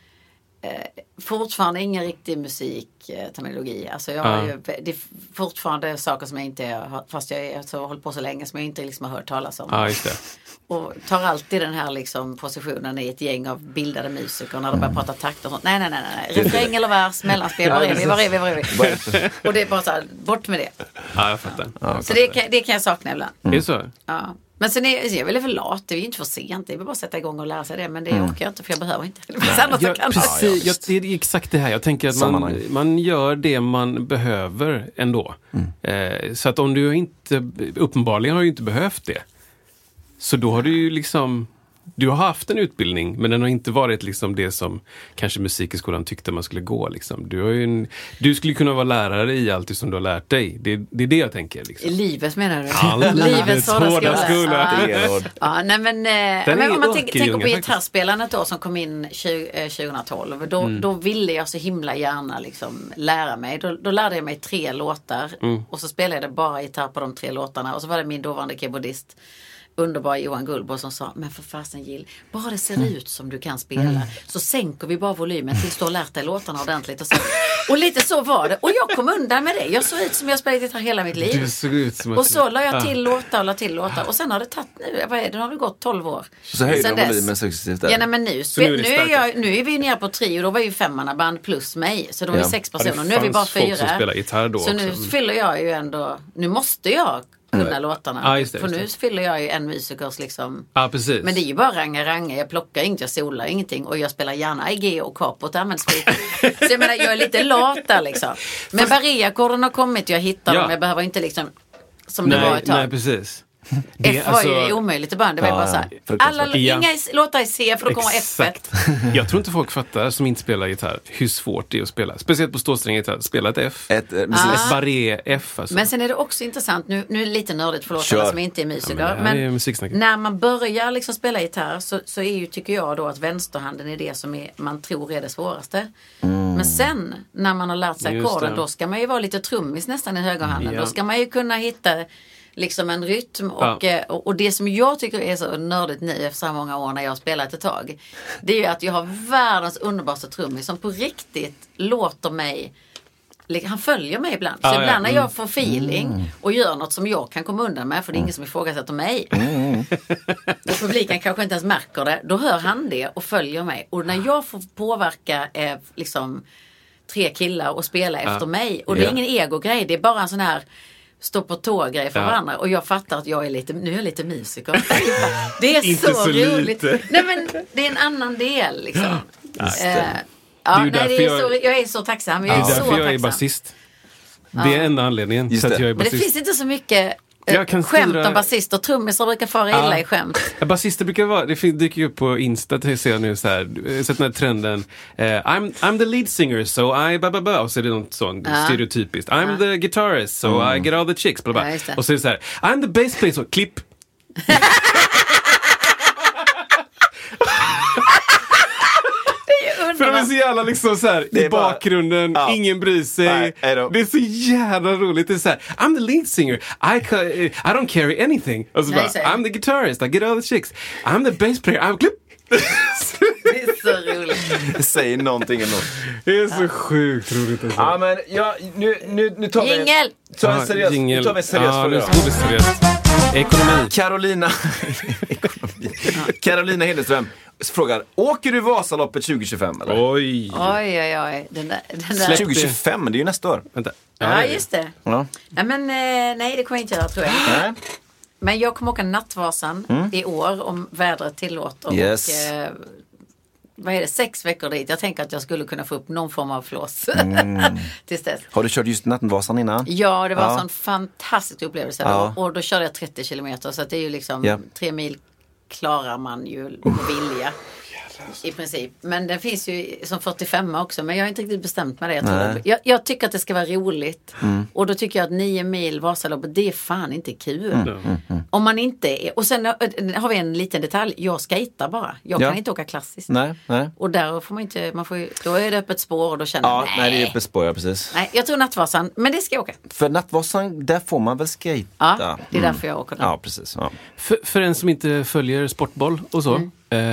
fortfarande ingen riktig musikterminologi. Alltså jag har ju, det är fortfarande saker som jag inte, fast jag har hållit på så länge som jag inte liksom har hört talas om. Ja, just det. Och tar alltid den här liksom positionen i ett gäng av bildade musiker när de börjar prata takt och sånt. Nej. Refräng eller vers, mellanspel, var är vi? Och det är bara så här, bort med det. Ja, jag fattar. Så det kan jag sakna ibland. Är det så? Ja. Men sen är jag väl för lat, det är ju inte för sent. Det är bara att sätta igång och lära sig det. Men det orkar jag inte, för jag behöver inte. Precis, det är exakt det här. Jag tänker att man gör det man behöver ändå. Så att om du inte, uppenbarligen har ju inte behövt det. Så då har du ju liksom, du har haft en utbildning, men den har inte varit liksom det som kanske musikskolan tyckte man skulle gå liksom. Du skulle kunna vara lärare i allt som du har lärt dig. Det är det jag tänker liksom. I livet menar du? Ja, livets hårda skola. Ja, nej men om man tänker på gitarrspelandet då som kom in 2012, då ville jag så himla gärna liksom lära mig. Då lärde jag mig 3 låtar och så spelade jag bara gitarr på de 3 låtarna och så var det min dåvarande keyboardist underbar Johan Gullbo som sa, men för fasen Jill, bara det ser ut som du kan spela så sänker vi bara volymen tills du har lärt dig låtarna ordentligt och lite så var det, och jag kom undan med det. Jag såg ut som jag spelat gitarr hela mitt liv. Och så la jag till låtar och sen har det tagit, nu har det gått 12 år. Så höjde volymen successivt där. Ja, nej, men nu är vi nere på 3 och då var ju 5-mannaband plus mig, så då var vi 6 personer. Nu är vi bara 4. Så nu fyller jag ju ändå, nu måste jag kunna låtarna. För nu fyller jag ju en musikers liksom. Ja, precis. Men det är ju bara ranga. Jag plockar inget, jag solar ingenting. Och jag spelar gärna i G och kapot används skit. Så jag menar, jag är lite lat där liksom. Men Barré-ackorden har kommit, jag hittar dem. Jag behöver inte liksom som det var ett tag. Nej, precis. F var ju omöjligt i början. Det var bara så här. Inga låtar i C för då kommer F-et. Jag tror inte folk fattar som inte spelar gitarr hur svårt det är att spela. Speciellt på ståsträng gitarr. Spela ett F. Ett barré F. Alltså. Men sen är det också intressant, nu är det lite nördigt, förlåt alla som inte är musiker. Men när man börjar liksom spela gitarr så är ju, tycker jag då, att vänsterhanden är det som man tror är det svåraste. Men sen när man har lärt sig ackorden, då ska man ju vara lite trummis nästan i högerhanden. Då ska man ju kunna hitta liksom en rytm och det som jag tycker är så nördigt nu efter så många år när jag har spelat ett tag, det är ju att jag har världens underbaraste trummis som på riktigt låter mig, han följer mig ibland. Så ibland när jag får feeling och gör något som jag kan komma undan med, för det är ingen som ifrågasätter mig. Och publiken kanske inte ens märker det. Då hör han det och följer mig. Och när jag får påverka liksom 3 killar och spela efter mig, och det är ingen ego-grej, det är bara en sån här stå på tåg-grej för varandra. Och jag fattar att jag är lite musiker. Det är så roligt. Nej, men det är en annan del liksom. Jag är så tacksam. Jag är så tacksam. Jag är basist. Det är enda anledningen så att jag är basist. Men det finns inte så mycket skämt om basister. Trummisar brukar fara illa i skämt. Basister brukar vara, det dyker ju upp på Insta, det ser jag nu så här, sett den här trenden, I'm the lead singer so I och så är det något sånt stereotypiskt, I'm the guitarist so I get all the chicks bla. Och så är det så här, I'm the bass player so klipp. För de är så jävla liksom så här, i bakgrunden, ingen bryr sig. Det är så jävla roligt. Det är så här, I'm the lead singer, I don't carry anything. Och så bara, I'm the guitarist, I get all the chicks. I'm the bass player, I'm clip. Det är så roligt. Säg någonting ändå. Det är så sjukt roligt. Alltså. Ja, men nu tar vi en seriös fråga. Ekonomi. Carolina Hilleström frågar, åker du Vasaloppet 2025 eller? Oj. Den där 2025, det är ju nästa år. Vänta. Ja, just det. Ja. Nej, det kommer jag inte göra, tror jag. Nej. Men jag kommer åka Nattvasan i år om vädret tillåter. Yes. Och vad är det, 6 veckor dit. Jag tänker att jag skulle kunna få upp någon form av flås tills dess. Har du kört just Nattvasan innan? Ja, det var en sån fantastisk upplevelse. Ja. Och då körde jag 30 kilometer, så att det är ju liksom 3 mil klarar man ju att vilja. I princip. Men den finns ju som 45 också. Men jag har inte riktigt bestämt mig det. Jag tycker att det ska vara roligt. Och då tycker jag att 9 mil Vasaloppet, det är fan inte kul. Om man inte är... Och sen har vi en liten detalj. Jag skejtar bara. Jag kan inte åka klassiskt. Nej. Och där får man inte... då är det öppet spår och då känner jag... Nej, det är öppet spår, ja, precis. Nej, jag tror Nattvasan. Men det ska jag åka. För Nattvasan, där får man väl skejta. Ja, det är därför jag åker där. Ja, precis. Ja. För en som inte följer sportboll och så...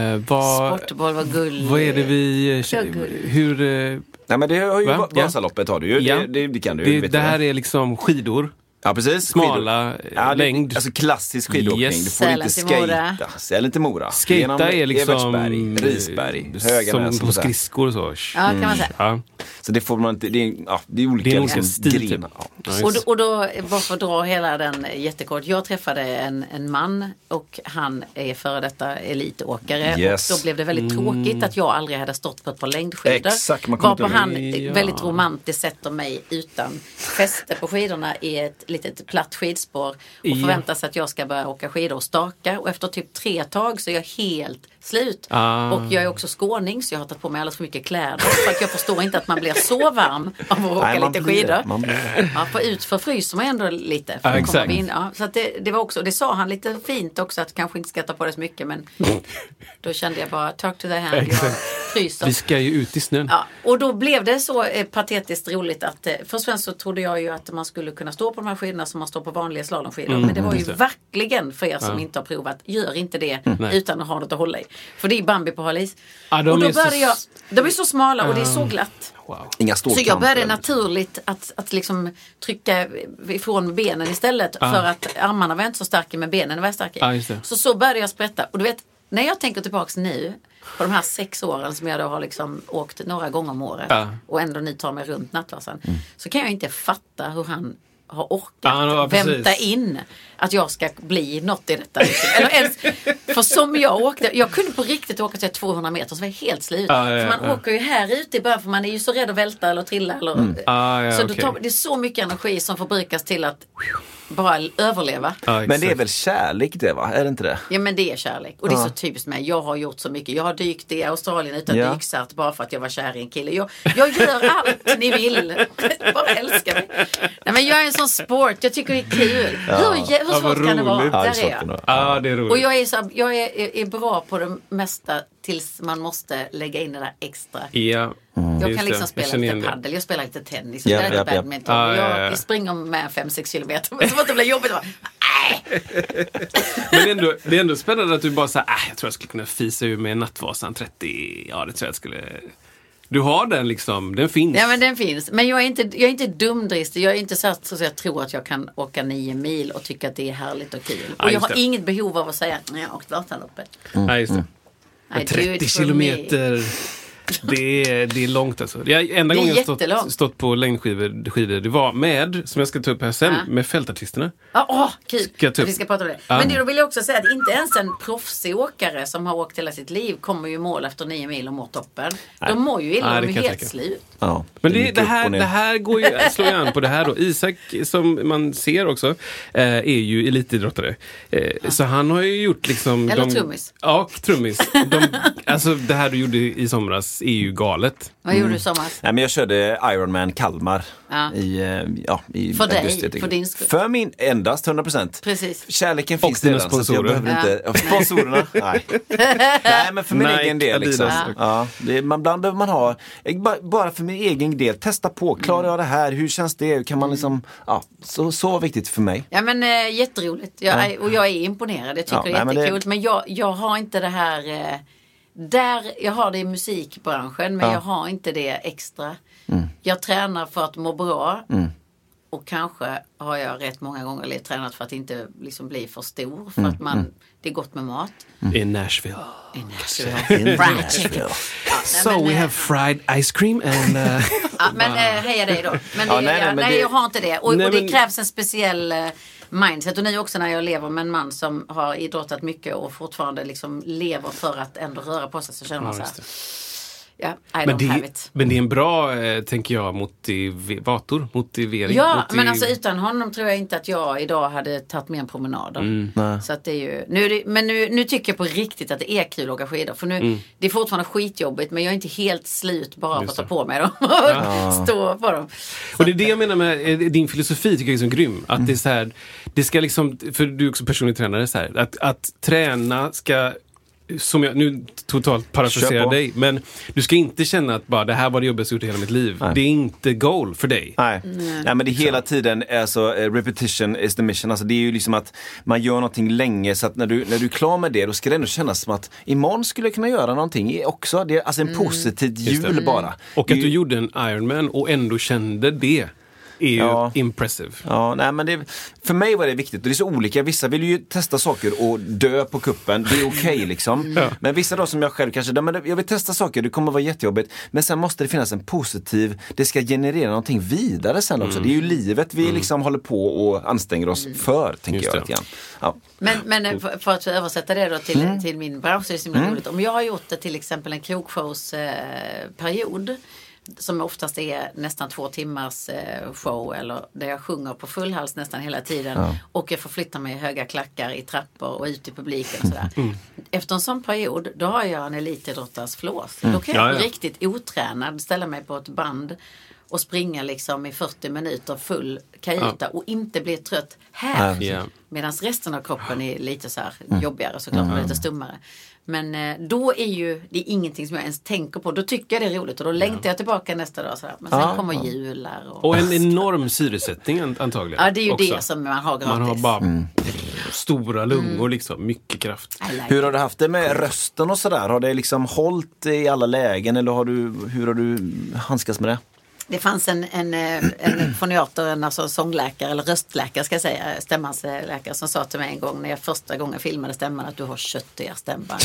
Sportboll var gulligt. Vad är det vi... Hur... Nej, men det har ju Vasaloppet har du ju. Ja. Det kan du ju. Det här är liksom skidor. Ja, precis. Smala längd. Alltså klassisk skidåkning. Yes. Du får inte skejta. Säl inte Mora. Skejta är liksom... Risberg. Som på skridskor och så. Ja, kan man säga. Ja. Så det får man inte... Det är olika, liksom, grenar. Och då, bara för att dra hela den jättekort. Jag träffade en man och han är före detta elitåkare. Yes. Och då blev det väldigt tråkigt att jag aldrig hade stått på ett par längdskidor. Exakt. Varpå han väldigt romantiskt sätter mig utan fäste på skidorna i ett litet platt skidspår och förväntar sig att jag ska börja åka skidor och staka. Och efter typ 3 tag så är jag helt slut. Och jag är också skåning, så jag har tagit på mig alldeles för mycket kläder. För att jag förstår inte att man blir så varm av att åka lite skidor. Ja, för utför fryser man ändå lite. För exakt. Så att det var också, det sa han lite fint också, att kanske inte ska ta på det så mycket, men då kände jag bara, talk to the hand, jag fryser. Vi ska ju ut i snön. Ja, och då blev det så patetiskt roligt att först och främst så trodde jag ju att man skulle kunna stå på de här skidorna som man står på vanliga slalomskidor. Men det var ju verkligen, för er som inte har provat, gör inte det utan att ha något att hålla i. För det är Bambi på halis. Och då började de är så smala och det är så glatt. Wow. Inga så jag började naturligt att liksom trycka ifrån benen istället, för att armarna var inte så starka men benen var starka. Så började jag sprätta. Och du vet, när jag tänker tillbaks nu på de här 6 åren som jag då har liksom åkt några gånger om året och ändå nu tar mig runt Nattvasan, så kan jag inte fatta hur han har orkat vänta in att jag ska bli något i detta. Eller ens, för som jag åkte, jag kunde på riktigt åka till 200 meter så var jag helt slut. För man åker ju här ute i början, för man är ju så rädd att välta eller trilla. Eller, så det är så mycket energi som förbrukas till att bara överleva. Ja, Men det är väl kärlek det, va? Är det inte det? Ja, men det är kärlek. Och det är så typiskt med. Jag har gjort så mycket. Jag har dykt i Australien utan dykcert bara för att jag var kär i en kille. Jag gör allt ni vill. Bara älskar mig. Nej, men jag är en sån sport. Jag tycker det är kul. Hur svårt kan det vara? Ja, Där är jag. Ja, det är roligt. Och jag är bra på det mesta tills man måste lägga in det där extra. Ja. Jag kan liksom spela lite paddel, jag spelar lite tennis, jag spelar lite badminton. Jag springer med 5-6 kilometer. Men så att det blir jobbigt. Men det är ändå spännande att du bara säger jag tror jag skulle kunna fisa ur med Nattvasan 30. Ja, det tror jag skulle... Du har den liksom, den finns. Ja, men den finns. Men jag är inte dumdristig. Jag är inte så att jag tror att jag kan åka 9 mil och tycka att det är härligt och kul. Och jag har inget behov av att säga jag har åkt Vasaloppet. Nej, just det. Men 30 kilometer... Det är långt alltså. Enda gången jag stått på längdskidor, det var med, som jag ska ta upp här sen, med fältartisterna. Kul. Vi ska prata om det. Men då vill jag också säga att inte ens en proffsåkare som har åkt hela sitt liv kommer ju mål efter 9 mil och mår toppen. De mår ju illa, de är helt slut. Ja, men det här går ju, slår ju an på det här då. Isak, som man ser också, är ju elitidrottare. Så han har ju gjort liksom... Eller trummis. Ja, trummis. Alltså det här du gjorde i somras är ju galet. Vad gjorde du i somras? Nej, men jag körde Ironman Kalmar i för augusti. dig, för din skull. För min endast 100%. Precis. Kärleken finns redan. Så jag behöver inte... Sponsorerna? Nej. Nej, men för min egen del liksom. Ibland behöver man ha... Bara för min egen del. Testa på. Klarar jag det här? Hur känns det? Kan man liksom... Så viktigt för mig. Ja, men jätteroligt. Och jag är imponerad. Jag tycker det är jättekul. Men jag har inte det här... jag har det i musikbranschen, men jag har inte det extra. Jag tränar för att må bra. Och kanske har jag rätt många gånger tränat för att inte liksom bli för stor. För att det är gott med mat. I Nashville. Fried chicken. So we have fried ice cream and... men heja dig då. Men jag har inte det. Och det krävs en speciell... mindset. Och nu också när jag lever med en man som har idrottat mycket och fortfarande liksom lever för att ändå röra på sig, så känner man så här. Men det är en bra, tänker jag, motivering. Ja, men alltså utan honom tror jag inte att jag idag hade tagit med en promenader. Så att det är ju, nu tycker jag på riktigt att det är kul att åka skidor. För nu, det är fortfarande skitjobbigt, men jag är inte helt slut bara för att ta på mig dem och stå på dem. Och det är det jag menar med din filosofi, tycker jag är så grym. Att det är så här, det ska liksom, för du är också personlig tränare, så här, att träna ska... Som jag nu totalt parafraserar dig, men du ska inte känna att bara det här var det jobbigaste gjort i hela mitt liv. Nej. Det är inte goal för dig. Nej, men det är hela tiden, alltså repetition is the mission. Alltså det är ju liksom att man gör någonting länge, så att när du är klar med det, då ska det ändå kännas som att imorgon skulle jag kunna göra någonting också. Det är alltså en positiv jul bara. Och att du gjorde en Ironman och ändå kände det. Är ju impressive. Ja, nej, men för mig var det viktigt. Och det är så olika. Vissa vill ju testa saker och dö på kuppen. Det är okej liksom. Men vissa då som jag själv kanske, jag vill testa saker, det kommer vara jättejobbigt. Men sen måste det finnas en positiv, det ska generera någonting vidare sen också. Det är ju livet vi liksom håller på och anstränger oss för, tänker jag lite grann. Ja. Men för att översätta det då till min bransch, så är det så roligt. Om jag har gjort det till exempel en krogshowsperiod, som oftast är nästan 2 timmars show, eller där jag sjunger på full hals nästan hela tiden, och jag får flytta mig i höga klackar i trappor och ut i publiken och sådär. Efter en sån period, då har jag en elitidrottars flås. Då kan jag riktigt otränad ställa mig på ett band och springa liksom i 40 minuter full kajuta och inte bli trött här. Medan resten av kroppen är lite så här jobbigare såklart, och lite stummare. Men då är ju det är ingenting som jag ens tänker på. Då tycker jag det är roligt och då längtar jag tillbaka nästa dag. Sådär. Men sen kommer jular. Och en enorm syresättning antagligen. Ja, det är ju också det som man har gratis. Man har bara stora lungor liksom. Mycket kraft. Hur har du haft det med rösten och sådär? Har det liksom hållit i alla lägen, eller hur har du handskats med det? Det fanns en foniater, alltså sångläkare eller röstläkare ska jag säga, stämmans läkare, som sa till mig en gång när jag första gången filmade stämman att du har köttiga stämband.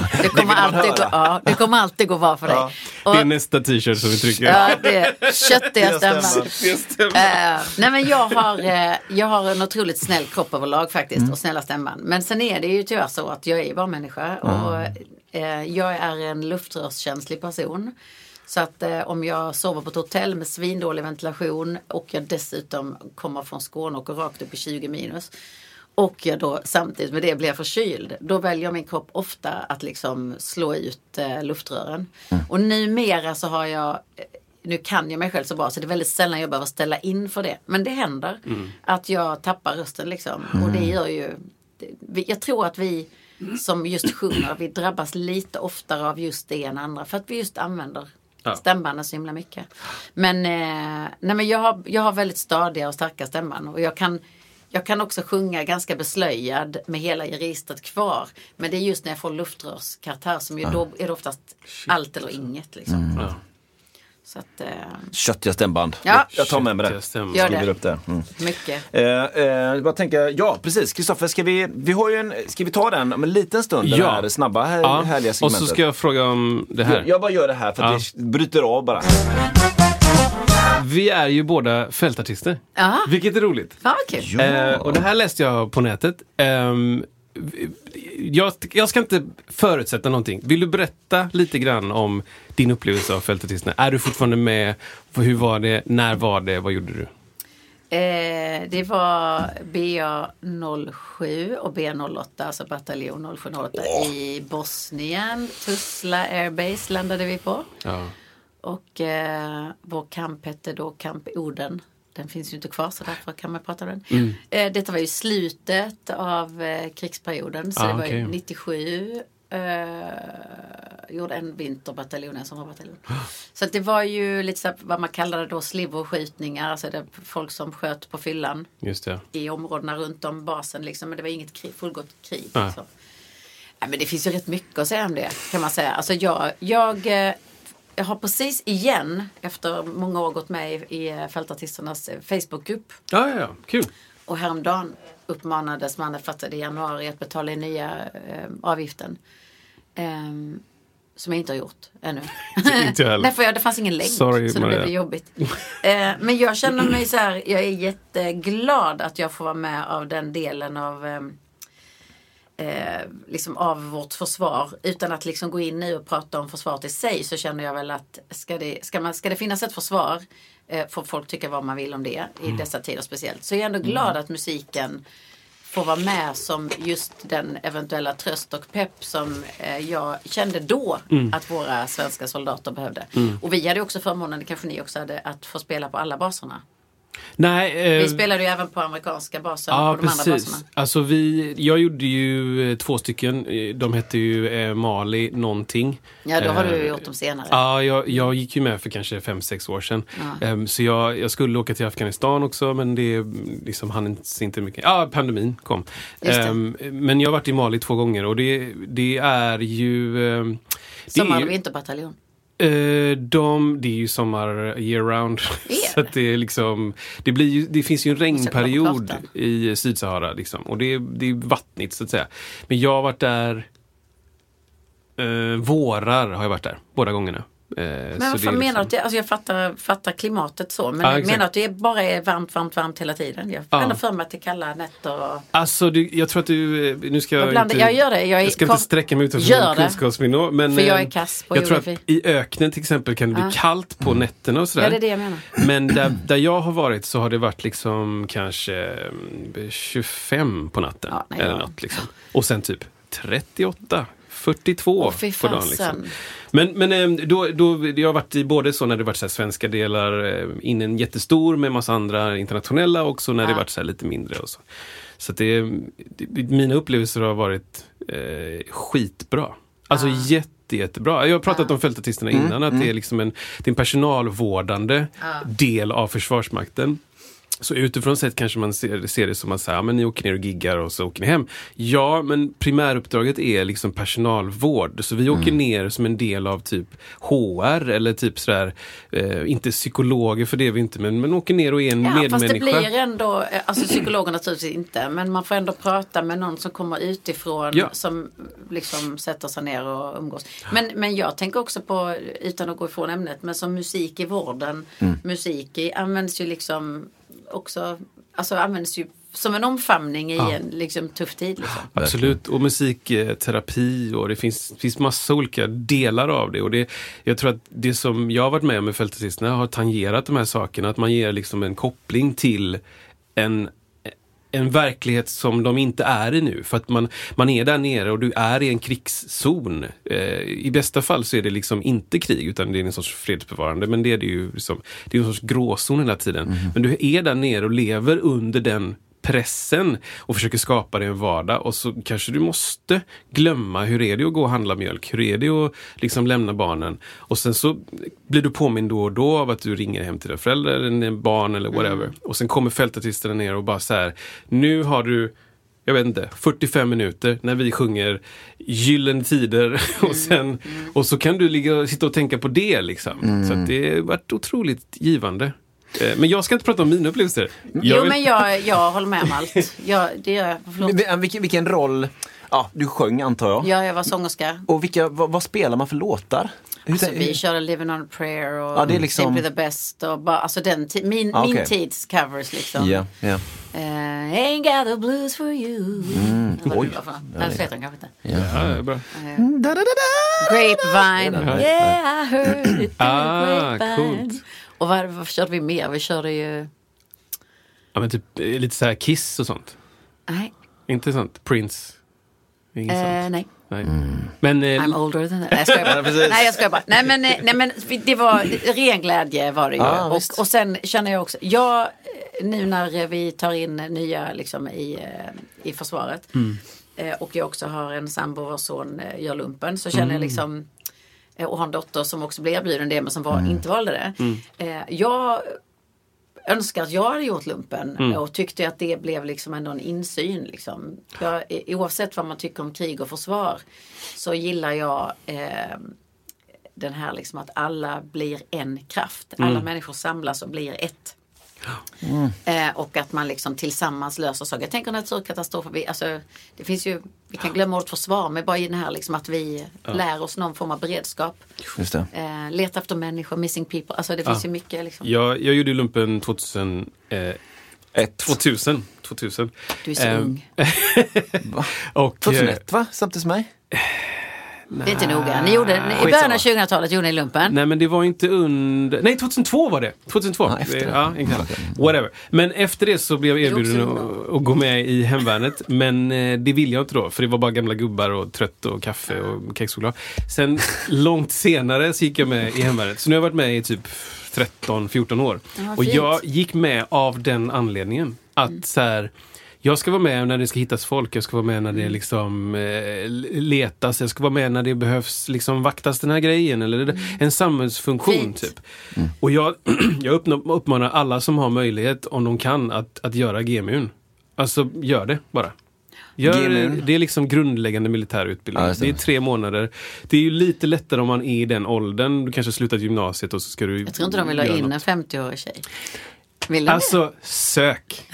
Det kommer alltid gå bra för dig. Och, det är nästa t-shirt som vi trycker. Ja, det är köttiga stämband. Nej, men jag har en otroligt snäll kropp överlag faktiskt och snälla stämband. Men sen är det ju tyvärr så att jag är bara människa och jag är en luftrörskänslig person. Så att om jag sover på ett hotell med svindålig ventilation och jag dessutom kommer från Skåne och går rakt upp i 20 minus och jag då samtidigt med det blir förkyld, då väljer min kropp ofta att liksom slå ut luftrören. Och numera så har jag, nu kan jag mig själv så bra så det är väldigt sällan jag behöver ställa in för det. Men det händer att jag tappar rösten liksom. Och det gör ju, jag tror att vi som just sjunger, vi drabbas lite oftare av just det än andra. För att vi just använder stämbanden så himla mycket. Men, nej, men jag har väldigt stadiga och starka stämband. Och jag kan också sjunga ganska beslöjad med hela registret kvar. Men det är just när jag får luftrörskatarr som ju då är det oftast allt eller inget liksom. Så att, köttiga stämband. Ja. Jag tar med mig det. Gör det. Upp det. Mycket. Jag tänker, ja precis. Kristoffer, ska vi ta den om en liten stund? Den här snabba, härliga segmentet. Och så ska jag fråga om det här. Jag bara gör det här för att det bryter av bara. Vi är ju båda fältartister. Vilket är roligt. Fan vad kul. Och det här läste jag på nätet. Jag ska inte förutsätta någonting. Vill du berätta lite grann om din upplevelse av fältartisterna? Är du fortfarande med? Hur var det? När var det? Vad gjorde du? Det var BA07 och B08, alltså bataljon 0708 i Bosnien. Tuzla Airbase landade vi på. Ja. Och vår kamp hette då Camp Oden. Den finns ju inte kvar så därför kan man prata om den. Detta var ju slutet av krigsperioden. Så det var ju 97. Gjorde en vinterbataljon, en sommarbataljon. Så att det var ju lite så vad man kallade då sliverskjutningar. Alltså det folk som sköt på fyllan. Just det. I områdena runt om basen liksom. Men det var inget fullgott krig. Liksom. Ja, men det finns ju rätt mycket att säga om det kan man säga. Alltså jag har precis igen efter många år gått med i fältartisternas Facebookgrupp. Ja, kul. Och häromdagen uppmanades man fattade i januari att betala den nya avgiften. Som jag inte har gjort ännu. Inte heller. Nej, för det fanns ingen länk. Sorry, så det blev jobbigt. Men jag känner mig så här, jag är jätteglad att jag får vara med av den delen av liksom av vårt försvar. Utan att liksom gå in nu och prata om försvaret i sig, så känner jag väl att ska det finnas ett försvar, får folk tycka vad man vill om det i dessa tider speciellt. Så jag är ändå glad att musiken får vara med som just den eventuella tröst och pepp som jag kände då att våra svenska soldater behövde. Och vi hade också förmånen, det kanske ni också hade, att få spela på alla baserna. Nej, vi spelade ju även på amerikanska baser och de andra baserna. Alltså jag gjorde ju 2 stycken. De hette ju Mali någonting. Ja, då har du gjort dem senare. Ja, jag gick ju med för kanske 5-6 år sedan. Så jag skulle åka till Afghanistan också, men det liksom hann inte mycket. Ja, pandemin kom. Men jag har varit i Mali 2 gånger och det är ju... Sommar- och vinterbataljon. Det är ju sommar year round. Så att det är liksom det finns ju en regnperiod i Sydsahara liksom, och det är vattnigt så att säga. Men jag har varit där vårar har jag varit där båda gångerna. Men vad fan menar du? Alltså jag fattar klimatet så. Men jag menar att det bara är varmt hela tiden. Jag får ändå för mig att det är kalla nätter. Och... Alltså jag tror att du... Nu ska jag gör det. Jag ska inte sträcka mig utanför kunskapsnivå. Men för jag är kass på geografi. Jag tror att i öknen till exempel kan det bli kallt på nätterna och sådär. Ja, det är det jag menar. Men där jag har varit så har det varit liksom kanske 25 på natten. Eller något liksom. Och sen typ 38 42 på dagen liksom. Men då jag har varit i både så när det varit så här svenska delar in en jättestor med massa andra internationella, också när det varit så här lite mindre och så. Så att mina upplevelser har varit skitbra. Alltså jättebra. Jag har pratat om fältartisterna innan, att det är liksom en personalvårdande del av Försvarsmakten. Så utifrån sett kanske man ser det som att säga, men ni åker ner och giggar och så åker ni hem. Ja, men primäruppdraget är liksom personalvård. Så vi åker ner som en del av typ HR eller typ sådär, inte psykologer för det är vi inte, men åker ner och är en medmänniska. Fast det blir ändå, alltså psykologer naturligtvis inte, men man får ändå prata med någon som kommer utifrån som liksom sätter sig ner och umgås. Men jag tänker också på, utan att gå ifrån ämnet, men som musik i vården, musik används ju liksom också, alltså används ju som en omfamning i en liksom, tuff tid. Liksom. Absolut, och musikterapi och det finns massa olika delar av det. Och jag tror att det som jag har varit med om med fältartisterna har tangerat de här sakerna. Att man ger liksom en koppling till en verklighet som de inte är i nu. För att man är där nere och du är i en krigszon. I bästa fall så är det liksom inte krig utan det är en sorts fredsbevarande. Men det är ju liksom, det är en sorts gråzon hela tiden. Men du är där nere och lever under den pressen och försöker skapa dig en vardag och så kanske du måste glömma hur är det att gå och handla mjölk, hur är det att liksom lämna barnen och sen så blir du påmind då och då av att du ringer hem till dina föräldrar eller barn eller whatever och sen kommer fältartisterna ner och bara så här, nu har du jag vet inte, 45 minuter när vi sjunger gyllene tider och så kan du sitta och tänka på det liksom. Så att det har varit otroligt givande. Men jag ska inte prata om mina upplevelser. Men jag håller med om allt. Det gör jag. Vilken roll... Ja, du sjöng antar jag. Ja, jag var sångerska. Och vad spelar man för låtar? Alltså, vi körde Living on a Prayer och det är liksom... Simply the Best. Och bara, alltså min tids covers liksom. Yeah. Ain't got the blues for you. Oj. Den vet han kanske inte. Ja, bra. Grapevine. Yeah, I heard it. Grapevine. Coolt. Och vad körde vi mer? Vi körde ju... Ja, men typ lite så här Kiss och sånt. Nej. Inte sånt? Prince? Inget sånt? Nej. Men, I'm older than that. Nej, jag skojar bara. Nej, men det var ren glädje var det ju. Och sen känner jag också... nu när vi tar in nya liksom, i försvaret och jag också har en sambo vars son gör lumpen så känner jag liksom... och har en dotter som också blev erbjuden det men som inte valde det. Jag önskar att jag hade gjort lumpen och tyckte att det blev liksom ändå en insyn. Liksom. Oavsett vad man tycker om krig och försvar så gillar jag den här liksom att alla blir en kraft. Alla människor samlas och blir ett. Och att man liksom tillsammans löser saker. Jag tänker naturkatastrofer, alltså, det finns ju, vi kan glömma ordet försvar men bara i den här liksom att vi lär oss någon form av beredskap. Just det. Leta efter människor, missing people, alltså det finns ju mycket liksom. Jag gjorde ju lumpen 2000. Du är så ung. Och 2001 va? Samtidigt som mig? Det är inte noga. Ni gjorde, i början av 2000-talet gjorde ni lumpen. Nej, men det var inte under... Nej, 2002 var det. 2002. Whatever. Men efter det så blev jag erbjuden att gå med i hemvärnet. Men det ville jag inte då. För det var bara gamla gubbar och trött och kaffe och kexchoklad. Sen långt senare så gick jag med i hemvärnet. Så nu har jag varit med i typ 13-14 år. Och jag gick med av den anledningen. Att så här... Jag ska vara med när det ska hittas folk. Jag ska vara med när det liksom letas. Jag ska vara med när det behövs liksom vaktas den här grejen. Eller en samhällsfunktion typ. Och jag uppmanar alla som har möjlighet om de kan att göra GMUn. Alltså gör det bara. Det är liksom grundläggande militär utbildning. Det är 3 månader. Det är ju lite lättare om man är i den åldern. Du kanske slutat gymnasiet och så ska du... Jag tror inte de vill ha in en 50-årig tjej. Alltså, sök.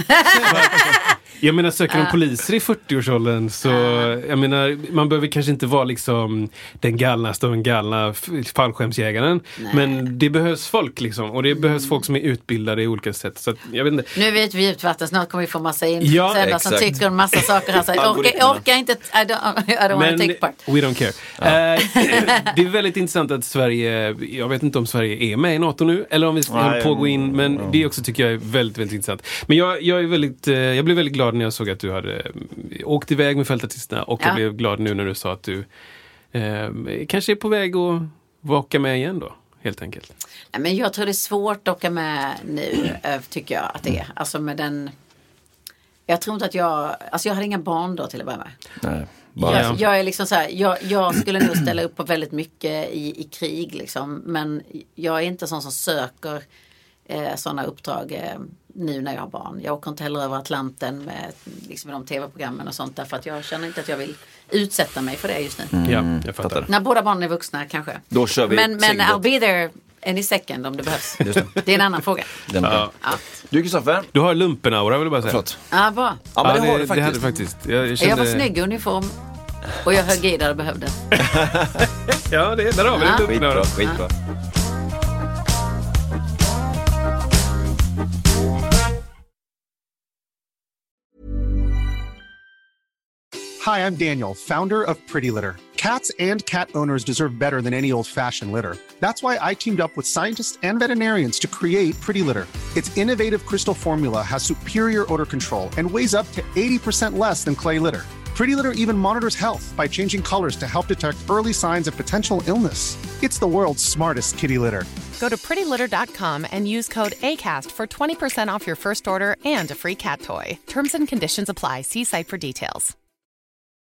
Jag menar, söker de poliser i 40-årsåldern så, jag menar, man behöver kanske inte vara liksom den galnaste och den galna fallskärmsjägaren. Men det behövs folk liksom, och det behövs folk som är utbildade i olika sätt. Så att, jag vet inte. Nu vet vi utvatten, snart kommer vi få massa insändare som tycker en massa saker här. Så orkar inte, I don't want to take part. We don't care. Det är väldigt intressant att Sverige, jag vet inte om Sverige är med i NATO nu, eller om vi håller på att gå in, men det också tycker jag är väldigt, väldigt intressant. Men jag blev väldigt glad när jag såg att du hade åkt iväg med fältartisterna och jag blev glad nu när du sa att du kanske är på väg att åka med igen då, helt enkelt. Nej, men jag tror det är svårt att åka med nu, tycker jag att det är. Alltså med den... Jag tror inte att jag hade inga barn då till att börja med. Nej. Jag är liksom så här, jag skulle nog ställa upp på väldigt mycket i krig liksom, men jag är inte sån som söker sådana uppdrag nu när jag har barn. Jag åker inte heller över Atlanten med liksom de tv-programmen och sånt därför att jag känner inte att jag vill utsätta mig för det just nu. Ja, jag fattar. När båda barnen är vuxna kanske. Då kör vi. Men I'll be there any second om det behövs. Det är en annan fråga. Du, Kristoffer? Du har lumpen-aura, vill jag bara säga. Förlåt. Ja, bra. Ja, men det har du faktiskt. Det hade faktiskt. Jag var snygg i uniform och jag högg i där det behövde. Ja, där har vi en lumpen-aura. Skitbra. Hi, I'm Daniel, founder of Pretty Litter. Cats and cat owners deserve better than any old-fashioned litter. That's why I teamed up with scientists and veterinarians to create Pretty Litter. Its innovative crystal formula has superior odor control and weighs up to 80% less than clay litter. Pretty Litter even monitors health by changing colors to help detect early signs of potential illness. It's the world's smartest kitty litter. Go to prettylitter.com and use code ACAST for 20% off your first order and a free cat toy. Terms and conditions apply. See site for details.